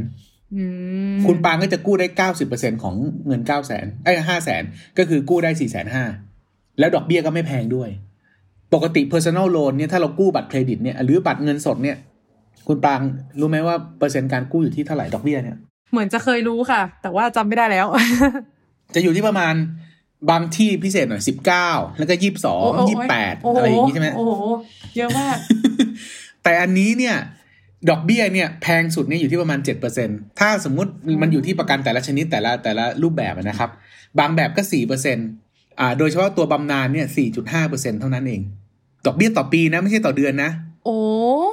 500,000คุณปางก็จะกู้ได้ 90% ของเงิน 500,000 ก็คือกู้ได้ 450,000 แล้วดอกเบี้ยก็ไม่แพงด้วยปกติ personal loan เนี่ยถ้าเรากู้บัตรเครดิตเนี่ยหรือบัตรเงินสดเนี่ยคุณปางรู้ไหมว่าเปอร์เซ็นต์การกู้อยู่ที่เท่าไหร่ดอกเบี้ยเนี่ยเหมือนจะเคยรู้ค่ะแต่ว่าจำไม่ได้แล้วจะอยู่ที่ประมาณบางที่พิเศษหน่อย19แล้วก็22 28อะไรอย่างงี้ใช่ไหมโอ้โหเยอะมากแต่อันนี้เนี่ยดอกเบี้ยเนี่ยแพงสุดเนี่ยอยู่ที่ประมาณ 7% ถ้าสมมุติมันอยู่ที่ประกันแต่ละชนิดแต่ละรูปแบบนะครับบางแบบก็ 4%โดยเฉพาะตัวบำนาญเนี่ย 4.5% เท่านั้นเองดอกเบี้ยต่อปีนะไม่ใช่ต่อเดือนนะโอ้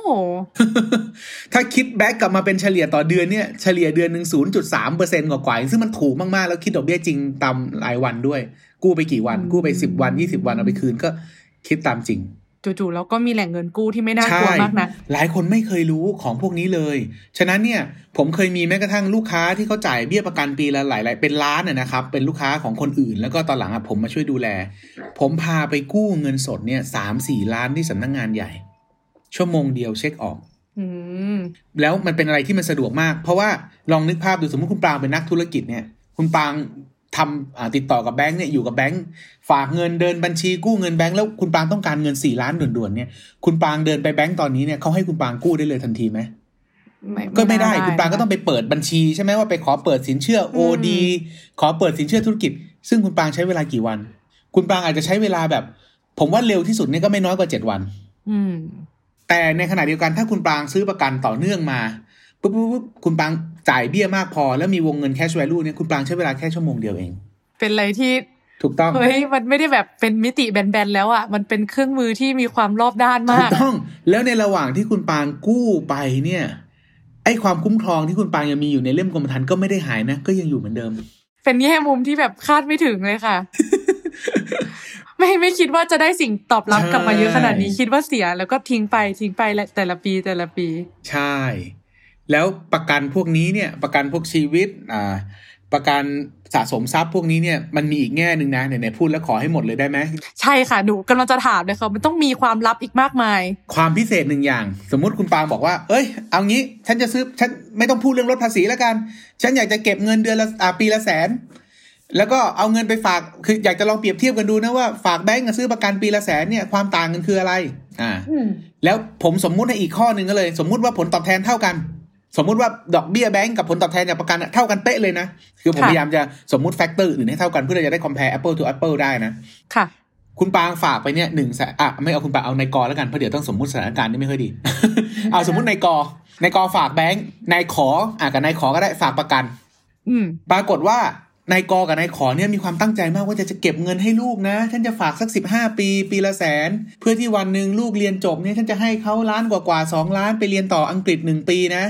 ถ้าคิดแบ็กกลับมาเป็นเฉลี่ยต่อเดือนเนี่ยเฉลี่ยเดือนนึง 0.3% กว่าๆซึ่งมันถูกมากๆแล้วคิดดอกเบี้ยจริงตามรายวันด้วยกู้ไปกี่วันกู้ไป10วัน20วันเอาไปคืนก็คิดตามจริงจู่ๆแล้วก็มีแหล่งเงินกู้ที่ไม่น่ากลัวมากนะหลายคนไม่เคยรู้ของพวกนี้เลยฉะนั้นเนี่ยผมเคยมีแม้กระทั่งลูกค้าที่เขาจ่ายเบี้ยประกันปีละหลายเป็นล้านนะครับเป็นลูกค้าของคนอื่นแล้วก็ตอนหลังผมมาช่วยดูแลผมพาไปกู้เงินสดเนี่ย 3-4 ล้านที่สำนักงานใหญ่ชั่วโมงเดียวเช็คออกแล้วมันเป็นอะไรที่มันสะดวกมากเพราะว่าลองนึกภาพดูสมมติคุณปรางเป็นนักธุรกิจเนี่ยคุณปรางทำติดต่อกับแบงค์เนี่ยอยู่กับแบงค์ฝากเงินเดินบัญชีกู้เงินแบงค์แล้วคุณปรางต้องการเงิน4ล้านด่วนๆเนี่ยคุณปรางเดินไปแบงค์ตอนนี้เนี่ยเขาให้คุณปรางกู้ได้เลยทันทีไหมก็ไม่ได้คุณปรางก็ต้องไปเปิดบัญชีใช่ไหมว่าไปขอเปิดสินเชื่อ OD ขอเปิดสินเชื่อธุรกิจซึ่งคุณปรางใช้เวลากี่วันคุณปรางอาจจะใช้เวลาแบบผมว่าเร็วที่สุดเนี่ยก็ไม่น้อยกว่า7วันแต่ในขณะเดียวกันถ้าคุณปรางซื้อประกันต่อเนื่องมาปุ๊บคุณปรางจ่ายเบี้ยมากพอแล้วมีวงเงิน cash value เนี่ยคุณปรางใช้เวลาแค่ชั่วโมงเดียวเองเป็นอะไรที่ถูกต้องเฮ้ยมันไม่ได้แบบเป็นมิติแบนๆแล้วอ่ะมันเป็นเครื่องมือที่มีความรอบด้านมากถูกต้องแล้วในระหว่างที่คุณปรางกู้ไปเนี่ยไอ้ความคุ้มครองที่คุณปรางยังมีอยู่ในเล่มกรมธรรม์ก็ไม่ได้หายนะก็ยังอยู่เหมือนเดิมเป็นแง่มุมที่แบบคาดไม่ถึงเลยค่ะ ไม่คิดว่าจะได้สิ่งตอบรับกลับมาเยอะขนาดนี้คิดว่าเสียแล้วก็ทิ้งไปแต่ละปีใช่แล้วประกันพวกนี้เนี่ยประกันพวกชีวิตประกันสะสมทรัพย์พวกนี้เนี่ยมันมีอีกแง่นึงนะไหนๆพูดแล้วขอให้หมดเลยได้ไหมใช่ค่ะหนูกำลังจะถามเลยค่ะมันต้องมีความลับอีกมากมายความพิเศษ1อย่างสมมุติคุณปางบอกว่าเอ้ยเอางี้ฉันจะซื้อฉันไม่ต้องพูดเรื่องลดภาษีแล้วกันฉันอยากจะเก็บเงินเดือนละปีละ100,000แล้วก็เอาเงินไปฝากคืออยากจะลองเปรียบเทียบกันดูนะว่าฝากแบงก์กับซื้อประกันปีละ100,000เนี่ยความต่างกันคืออะไรแล้วผมสมมุติให้อีกข้อนึงก็เลยสมมุติว่าผลตอบแทนเท่ากันสมมุติว่าดอกเบี้ยแบงก์กับผลตอบแทนจากประกันเท่ากันเป๊ะเลยนะคือผมพยายามจะสมมุติแฟกเตอร์อื่นให้เท่ากันเพื่อจะได้ compare apple to apple ได้นะค่ะคุณปางฝากไปเนี่ย100,000ไม่เอาคุณปางเอานายกแล้วกันเพราะเดี๋ยวต้องสมมุติสถานการณ์นี่ไม่ค่อยดี เอาสมมุตินายกฝากแบงก์นายขอกับนายขอก็ได้ฝากประกันปรากฏว่านายกกับนายขอเนี่ยมีความตั้งใจมากว่าจะเก็บเงินให้ลูกนะฉันจะฝากสัก15ปีละ100,000เพื่อที่วันนึงลูกเรียนจบเนี่ยฉันจะให้เขาล้านกว่า2ล้านไปเรียนต่ออังกฤษ1ปีนะ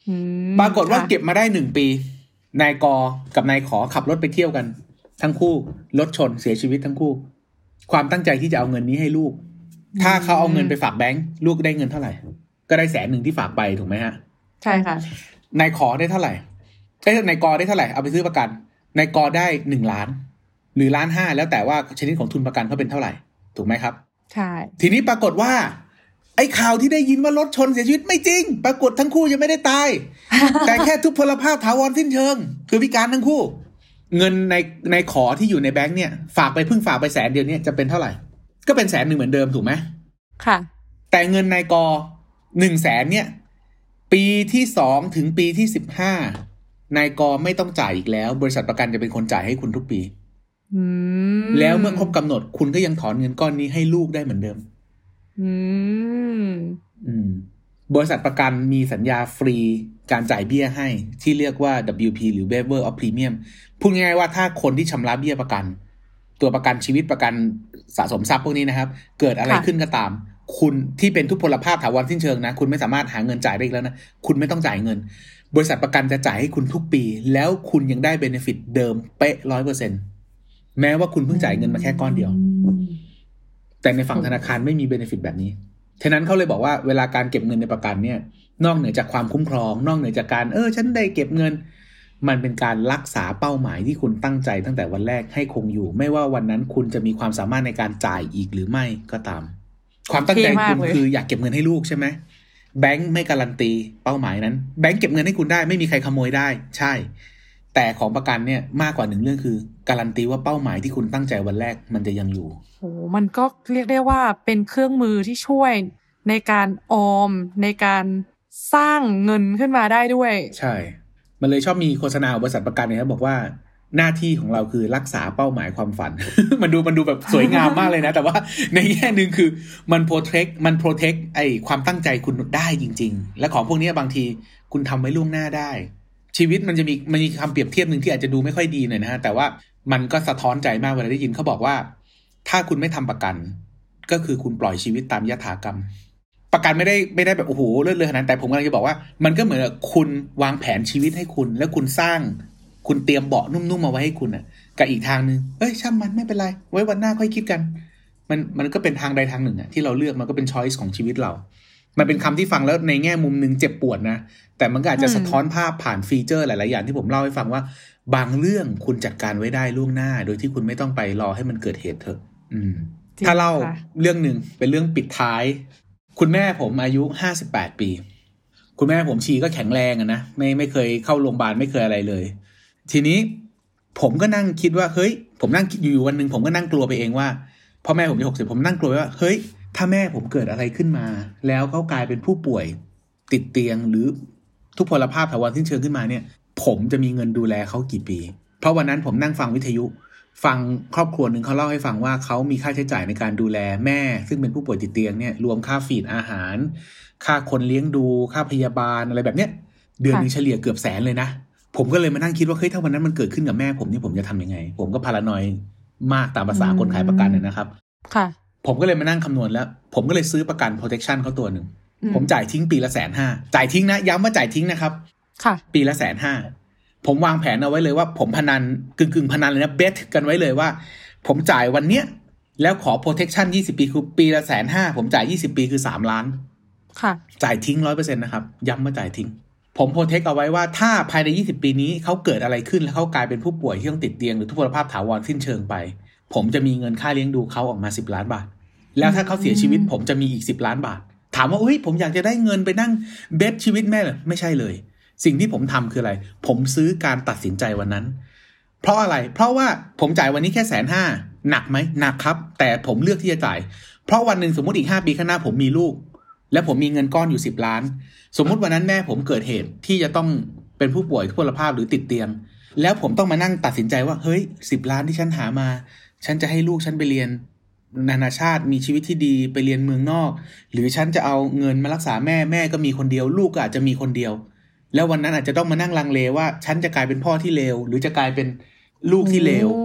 ปรากฏว่าเก็บมาได้1 ปีนายกอกับนายขอขับรถไปเที่ยวกันทั้งคู่รถชนเสียชีวิตทั้งคู่ความตั้งใจที่จะเอาเงินนี้ให้ลูกถ้าเขาเอาเงินไปฝากแบงค์ลูกได้เงินเท่าไหร่ก็ได้100,000ที่ฝากไปถูกไหมฮะใช่ค่ะนายขอได้เท่าไหร่นายกอได้เท่าไหร่เอาไปซื้อประกันนายกอได้1 ล้านหรือ1.5 ล้านแล้วแต่ว่าชนิดของทุนประกันเขาเป็นเท่าไหร่ถูกไหมครับใช่ทีนี้ปรากฏว่าไอ้ข่าวที่ได้ยินว่ารถชนเสียชีวิตไม่จริงปรากฏทั้งคู่ยังไม่ได้ตาย แต่แค่ทุพพลภาพถาวรสิ้นเชิงคือพิการทั้งคู่เงินในขอที่อยู่ในแบงค์เนี่ยฝากไปเพิ่งฝากไป100,000เนี่ยจะเป็นเท่าไหร่ก็เป็น100,000เหมือนเดิมถูกไหมค่ะแต่เงินนายก100,000เนี่ยปีที่2ถึงปีที่15นายกไม่ต้องจ่ายอีกแล้วบริษัทประกันจะเป็นคนจ่ายให้คุณทุกปีแล้วเมื่อครบกำหนดคุณก็ยังถอนเงินก้อนนี้ให้ลูกได้เหมือนเดิมบริษัทประกันมีสัญญาฟรีการจ่ายเบี้ยให้ที่เรียกว่า WP หรือ Waiver of Premium พูดง่ายๆว่าถ้าคนที่ชำระเบี้ยประกันตัวประกันชีวิตประกันสะสมทรัพย์พวกนี้นะครับเกิดอะไรขึ้นก็ตามคุณที่เป็นทุพพลภาพถาวรสิ้นเชิงนะคุณไม่สามารถหาเงินจ่ายได้อีกแล้วนะคุณไม่ต้องจ่ายเงินบริษัทประกันจะจ่ายให้คุณทุกปีแล้วคุณยังได้เบเนฟิตเดิมเป๊ะ 100% แม้ว่าคุณเพิ่งจ่ายเงินมาแค่ก้อนเดียวแต่ในฝั่งธนาคารไม่มีเบเนฟิตแบบนี้ฉะนั้นเขาเลยบอกว่าเวลาการเก็บเงินในประกันเนี่ยนอกเหนือจากความคุ้มครองนอกเหนือจากการฉันได้เก็บเงินมันเป็นการรักษาเป้าหมายที่คุณตั้งใจตั้งแต่วันแรกให้คงอยู่ไม่ว่าวันนั้นคุณจะมีความสามารถในการจ่ายอีกหรือไม่ก็ตามความตั้งใจคุณคืออยากเก็บเงินให้ลูกใช่ไหมแบงค์ไม่การันตีเป้าหมายนั้นแบงค์เก็บเงินให้คุณได้ไม่มีใครขโมยได้ใช่แต่ของประกันเนี่ยมากกว่า1เรื่องคือการันตีว่าเป้าหมายที่คุณตั้งใจวันแรกมันจะยังอยู่โอ้มันก็เรียกได้ว่าเป็นเครื่องมือที่ช่วยในการออมในการสร้างเงินขึ้นมาได้ด้วยใช่มันเลยชอบมีโฆษณาบริษัทประกันเนี่ยบอกว่าหน้าที่ของเราคือรักษาเป้าหมายความฝัน มันดูแบบสวยงามมากเลยนะแต่ว่าในแง่นึงคือมันโปรเทคไอ้ความตั้งใจคุณได้จริงๆและของพวกนี้บางทีคุณทำไว้ล่วงหน้าได้ชีวิตมันมีคำเปรียบเทียบนึงที่อาจจะดูไม่ค่อยดีหน่อยนะฮะแต่ว่ามันก็สะท้อนใจมากเวลาได้ยินเขาบอกว่าถ้าคุณไม่ทำประกันก็คือคุณปล่อยชีวิตตามยถากรรมประกันไม่ได้แบบโอ้โหเลื่อนขนาดนั้นแต่ผมกำลังจะบอกว่ามันก็เหมือนคุณวางแผนชีวิตให้คุณแล้วคุณสร้างคุณเตรียมเบาะนุ่มๆมาไว้ให้คุณกับอีกทางนึงช่างมันไม่เป็นไรไว้วันหน้าค่อยคิดกันมันก็เป็นทางใดทางหนึ่งที่เราเลือกมันก็เป็นช้อยส์ของชีวิตเรามันเป็นคำที่ฟังแล้วในแง่มุมนึงเจ็บปวดนะแต่มันก็อาจจะสะท้อนภาพผ่านฟีเจอร์หลายๆอย่างที่ผมเล่าให้ฟังว่าบางเรื่องคุณจัดการไว้ได้ล่วงหน้าโดยที่คุณไม่ต้องไปรอให้มันเกิดเหตุเถอะถ้าเล่าเรื่องนึงเป็นเรื่องปิดท้ายคุณแม่ผมอายุ58 ปีคุณแม่ผมชีก็แข็งแรงนะไม่เคยเข้าโรงพยาบาลไม่เคยอะไรเลยทีนี้ผมก็นั่งคิดว่าเฮ้ยผมนั่งอยู่วันนึงผมก็นั่งกลัวไปเองว่าพอแม่ผมจะ60ผมนั่งกลัวว่าเฮ้ยถ้าแม่ผมเกิดอะไรขึ้นมาแล้วเขากลายเป็นผู้ป่วยติดเตียงหรือทุพพลภาพถาวรสิ้นเชิงขึ้นมาเนี่ยผมจะมีเงินดูแลเขากี่ปีเพราะวันนั้นผมนั่งฟังวิทยุฟังครอบครัวนึงเขาเล่าให้ฟังว่าเขามีค่าใช้จ่ายในการดูแลแม่ซึ่งเป็นผู้ป่วยติดเตียงเนี่ยรวมค่าฟีดอาหารค่าคนเลี้ยงดูค่าพยาบาลอะไรแบบเนี้ยเดือนนึงเฉลี่ยเกือบ100,000เลยนะผมก็เลยมานั่งคิดว่าเฮ้ยถ้าวันนั้นมันเกิดขึ้นกับแม่ผมนี่ผมจะทำยังไงผมก็พารานอยมากตามภาษาคนขายประกันนะครับค่ะผมก็เลยมานั่งคำนวณแล้วผมก็เลยซื้อประกัน protection เขาตัวนึงผมจ่ายทิ้งปีละ150,000จ่ายทิ้งนะย้ำว่าจ่ายทิ้งนะครับค่ะปีละ150,000ผมวางแผนเอาไว้เลยว่าผมพนันกึ่งพนันเลยนะเบทกันไว้เลยว่าผมจ่ายวันเนี้ยแล้วขอ protection 20 ปีคือปีละ150,000ผมจ่าย20 ปีคือ3 ล้านค่ะจ่ายทิ้ง 100% นะครับย้ำว่าจ่ายทิ้งผมโปรเทคเอาไว้ว่าถ้าภายใน20 ปีนี้เขาเกิดอะไรขึ้นแล้วเขากลายเป็นผู้ป่วยที่ต้องติดเตียงหรือทุพพลภาพถาวรสิ้นเชิงไปผมจะมีเงินค่าเลี้ยงดูเขาออกมา10 ล้านบาทแล้วถ้าเขาเสียชีวิตผมจะมีอีก10 ล้านบาทถามว่าผมอยากจะได้เงินไปนั่งเบทชีวิตแม่เหรอไม่ใช่เลยสิ่งที่ผมทำคืออะไรผมซื้อการตัดสินใจวันนั้นเพราะอะไรเพราะว่าผมจ่ายวันนี้แค่150,000หนักไหมหนักครับแต่ผมเลือกที่จะจ่ายเพราะวันนึงสมมติอีก5 ปีข้างหน้าผมมีลูกและผมมีเงินก้อนอยู่10 ล้านสมมุติวันนั้นแม่ผมเกิดเหตุที่จะต้องเป็นผู้ป่วยทุพพลภาพหรือติดเตียงแล้วผมต้องมานั่งตัดสินใจว่าเฮ้ย10 ล้านที่ฉันหามาฉันจะให้ลูกฉันไปเรียนนานาชาติมีชีวิตที่ดีไปเรียนเมืองนอกหรือฉันจะเอาเงินมารักษาแม่ก็มีคนเดียวลูกก็อาจจะมีคนเดียวแล้ววันนั้นอาจจะต้องมานั่งลังเลว่าฉันจะกลายเป็นพ่อที่เลวหรือจะกลายเป็นลูกที่เลว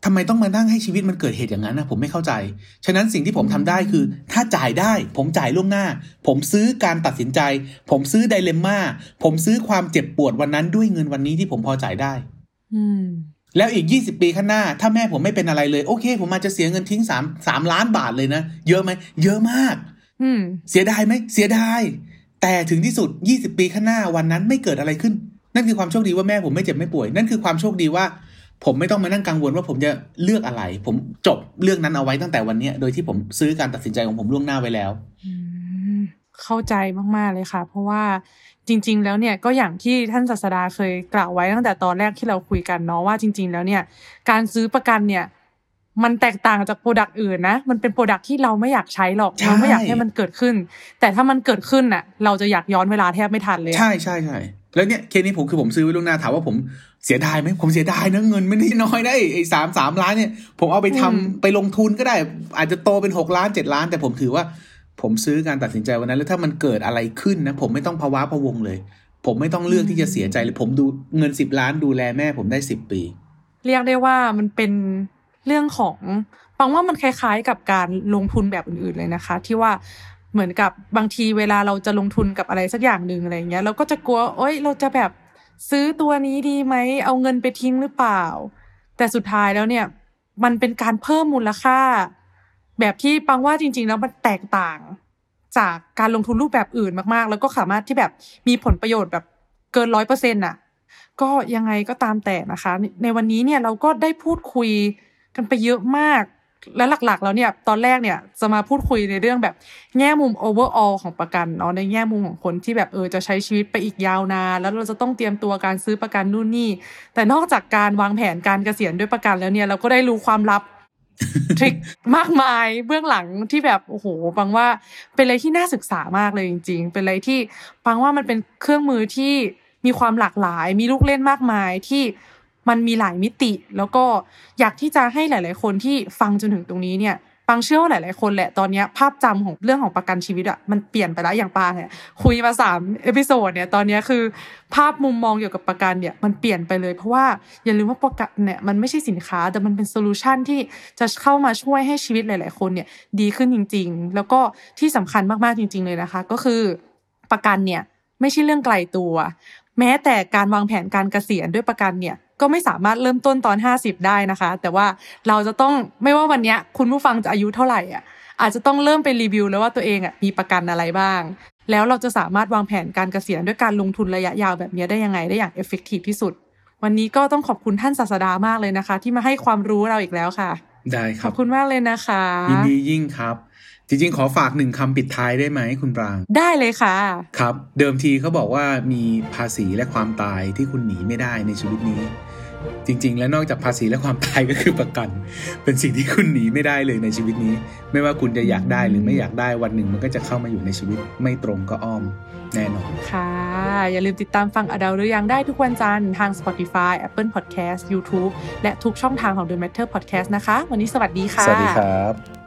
ทำไมต้องมานั่งให้ชีวิตมันเกิดเหตุอย่างนั้นนะผมไม่เข้าใจฉะนั้นสิ่งที่ผมทำได้คือถ้าจ่ายได้ผมจ่ายล่วงหน้าผมซื้อการตัดสินใจผมซื้อไดเลมม่าผมซื้อความเจ็บปวดวันนั้นด้วยเงินวันนี้ที่ผมพอจ่ายได้แล้วอีก20ปีข้างหน้าถ้าแม่ผมไม่เป็นอะไรเลยโอเคผมอาจจะเสียเงินทิ้ง3 ล้านบาทเลยนะเยอะไหมเยอะมากเสียดายไหมเสียดายแต่ถึงที่สุด20ปีข้างหน้าวันนั้นไม่เกิดอะไรขึ้นนั่นคือความโชคดีว่าแม่ผมไม่เจ็บไม่ป่วยนั่นคือความโชคดีว่าผมไม่ต้องมานั่งกังวลว่าผมจะเลือกอะไรผมจบเรื่องนั้นเอาไว้ตั้งแต่วันนี้โดยที่ผมซื้อการตัดสินใจของผมล่วงหน้าไว้แล้วเข้าใจมากๆเลยค่ะเพราะว่าจริงๆแล้วเนี่ยก็อย่างที่ท่านศาสดาเคยกล่าวไว้ตั้งแต่ตอนแรกที่เราคุยกันเนาะว่าจริงๆแล้วเนี่ยการซื้อประกันเนี่ยมันแตกต่างจากโปรดักต์อื่นนะมันเป็นโปรดักต์ที่เราไม่อยากใช้หรอกเราไม่อยากให้มันเกิดขึ้นแต่ถ้ามันเกิดขึ้นน่ะเราจะอยากย้อนเวลาแทบไม่ทันเลยใช่ๆๆแล้วเนี่ยเคสนี้ผมซื้อไว้ล่วงหน้าถามว่าผมเสียดายไหมผมเสียดายนะเงินไม่ได้น้อยนะไอ้3 ล้านเนี่ยผมเอาไปทำไปลงทุนก็ได้อาจจะโตเป็น6 ล้าน7 ล้านแต่ผมถือว่าผมซื้อการตัดสินใจวันนั้นแล้วถ้ามันเกิดอะไรขึ้นนะผมไม่ต้องภาวะพะวงเลยผมไม่ต้องเลือกที่จะเสียใจเลยผมดูเงิน10 ล้านดูแลแม่ผมได้10 ปีเรียกได้ว่ามันเป็นเรื่องของฟังว่ามันคล้ายๆกับการลงทุนแบบอื่นๆเลยนะคะที่ว่าเหมือนกับบางทีเวลาเราจะลงทุนกับอะไรสักอย่างนึงอะไรเงี้ยเราก็จะกลัวโอ๊ยเราจะแบบซื้อตัวนี้ดีไหมเอาเงินไปทิ้งหรือเปล่าแต่สุดท้ายแล้วเนี่ยมันเป็นการเพิ่มมูลค่าแบบที่ปังว่าจริงๆแล้วมันแตกต่างจากการลงทุนรูปแบบอื่นมากๆแล้วก็สามารถที่แบบมีผลประโยชน์แบบเกิน 100% น่ะก็ยังไงก็ตามแต่นะคะในวันนี้เนี่ยเราก็ได้พูดคุยกันไปเยอะมากและหลักๆแล้วเนี่ยตอนแรกเนี่ยจะมาพูดคุยในเรื่องแบบแง่มุม overall ของประกันเนาะในแง่มุมของคนที่แบบจะใช้ชีวิตไปอีกยาวนานแล้วเราจะต้องเตรียมตัวการซื้อประกันนู่นนี่แต่นอกจากการวางแผนการเกษียณด้วยประกันแล้วเนี่ยเราก็ได้รู้ความลับ ทริคมากมายเบื้องหลังที่แบบโอ้โหปังว่าเป็นอะไรที่น่าศึกษามากเลยจริงๆเป็นอะไรที่ปังว่ามันเป็นเครื่องมือที่มีความหลากหลายมีลูกเล่นมากมายที่มันมีหลายมิติแล้วก็อยากที่จะให้หลายๆคนที่ฟังจนถึงตรงนี้เนี่ยปังเชื่อว่าหลายๆคนแหละตอนนี้ภาพจำของเรื่องของประกันชีวิตอ่ะมันเปลี่ยนไปแล้วอย่างปังเนี่ยคุยมา3 เอพิโซดเนี่ยตอนนี้คือภาพมุมมองเกี่ยวกับประกันเนี่ยมันเปลี่ยนไปเลยเพราะว่าอย่าลืมว่าประกันเนี่ยมันไม่ใช่สินค้าแต่มันเป็นโซลูชันที่จะเข้ามาช่วยให้ชีวิตหลายๆคนเนี่ยดีขึ้นจริงๆแล้วก็ที่สำคัญมากๆจริงๆเลยนะคะก็คือประกันเนี่ยไม่ใช่เรื่องไกลตัวแม้แต่การวางแผนการเกษียณด้วยประกันเนี่ยก็ไม่สามารถเริ่มต้นตอน50ได้นะคะแต่ว่าเราจะต้องไม่ว่าวันนี้คุณผู้ฟังจะอายุเท่าไหร่อ่ะอาจจะต้องเริ่มไปรีวิวแล้วว่าตัวเองอ่ะมีประกันอะไรบ้างแล้วเราจะสามารถวางแผนการเกษียณด้วยการลงทุนระยะยาวแบบนี้ได้ยังไงได้อย่าง effective ที่สุดวันนี้ก็ต้องขอบคุณท่านศาสดามากเลยนะคะที่มาให้ความรู้เราอีกแล้วค่ะได้ครับขอบคุณมากเลยนะคะยินดียิ่งครับจริงๆขอฝาก1 คำปิดท้ายได้ไหมคุณปรางได้เลยค่ะครับเดิมทีเขาบอกว่ามีภาษีและความตายที่คุณหนีไม่ได้ในชีวิตนี้จริงๆและนอกจากภาษีและความตายก็คือประกันเป็นสิ่งที่คุณหนีไม่ได้เลยในชีวิตนี้ไม่ว่าคุณจะอยากได้หรือไม่อยากได้วันหนึ่งมันก็จะเข้ามาอยู่ในชีวิตไม่ตรงก็อ้อมแน่นอนค่ะอย่าลืมติดตามฟังอดัลหรือยังได้ทุกวันจันทร์ทาง Spotify Apple Podcast YouTube และทุกช่องทางของ The Matter Podcast นะคะวันนี้สวัสดีค่ะสวัสดีครับ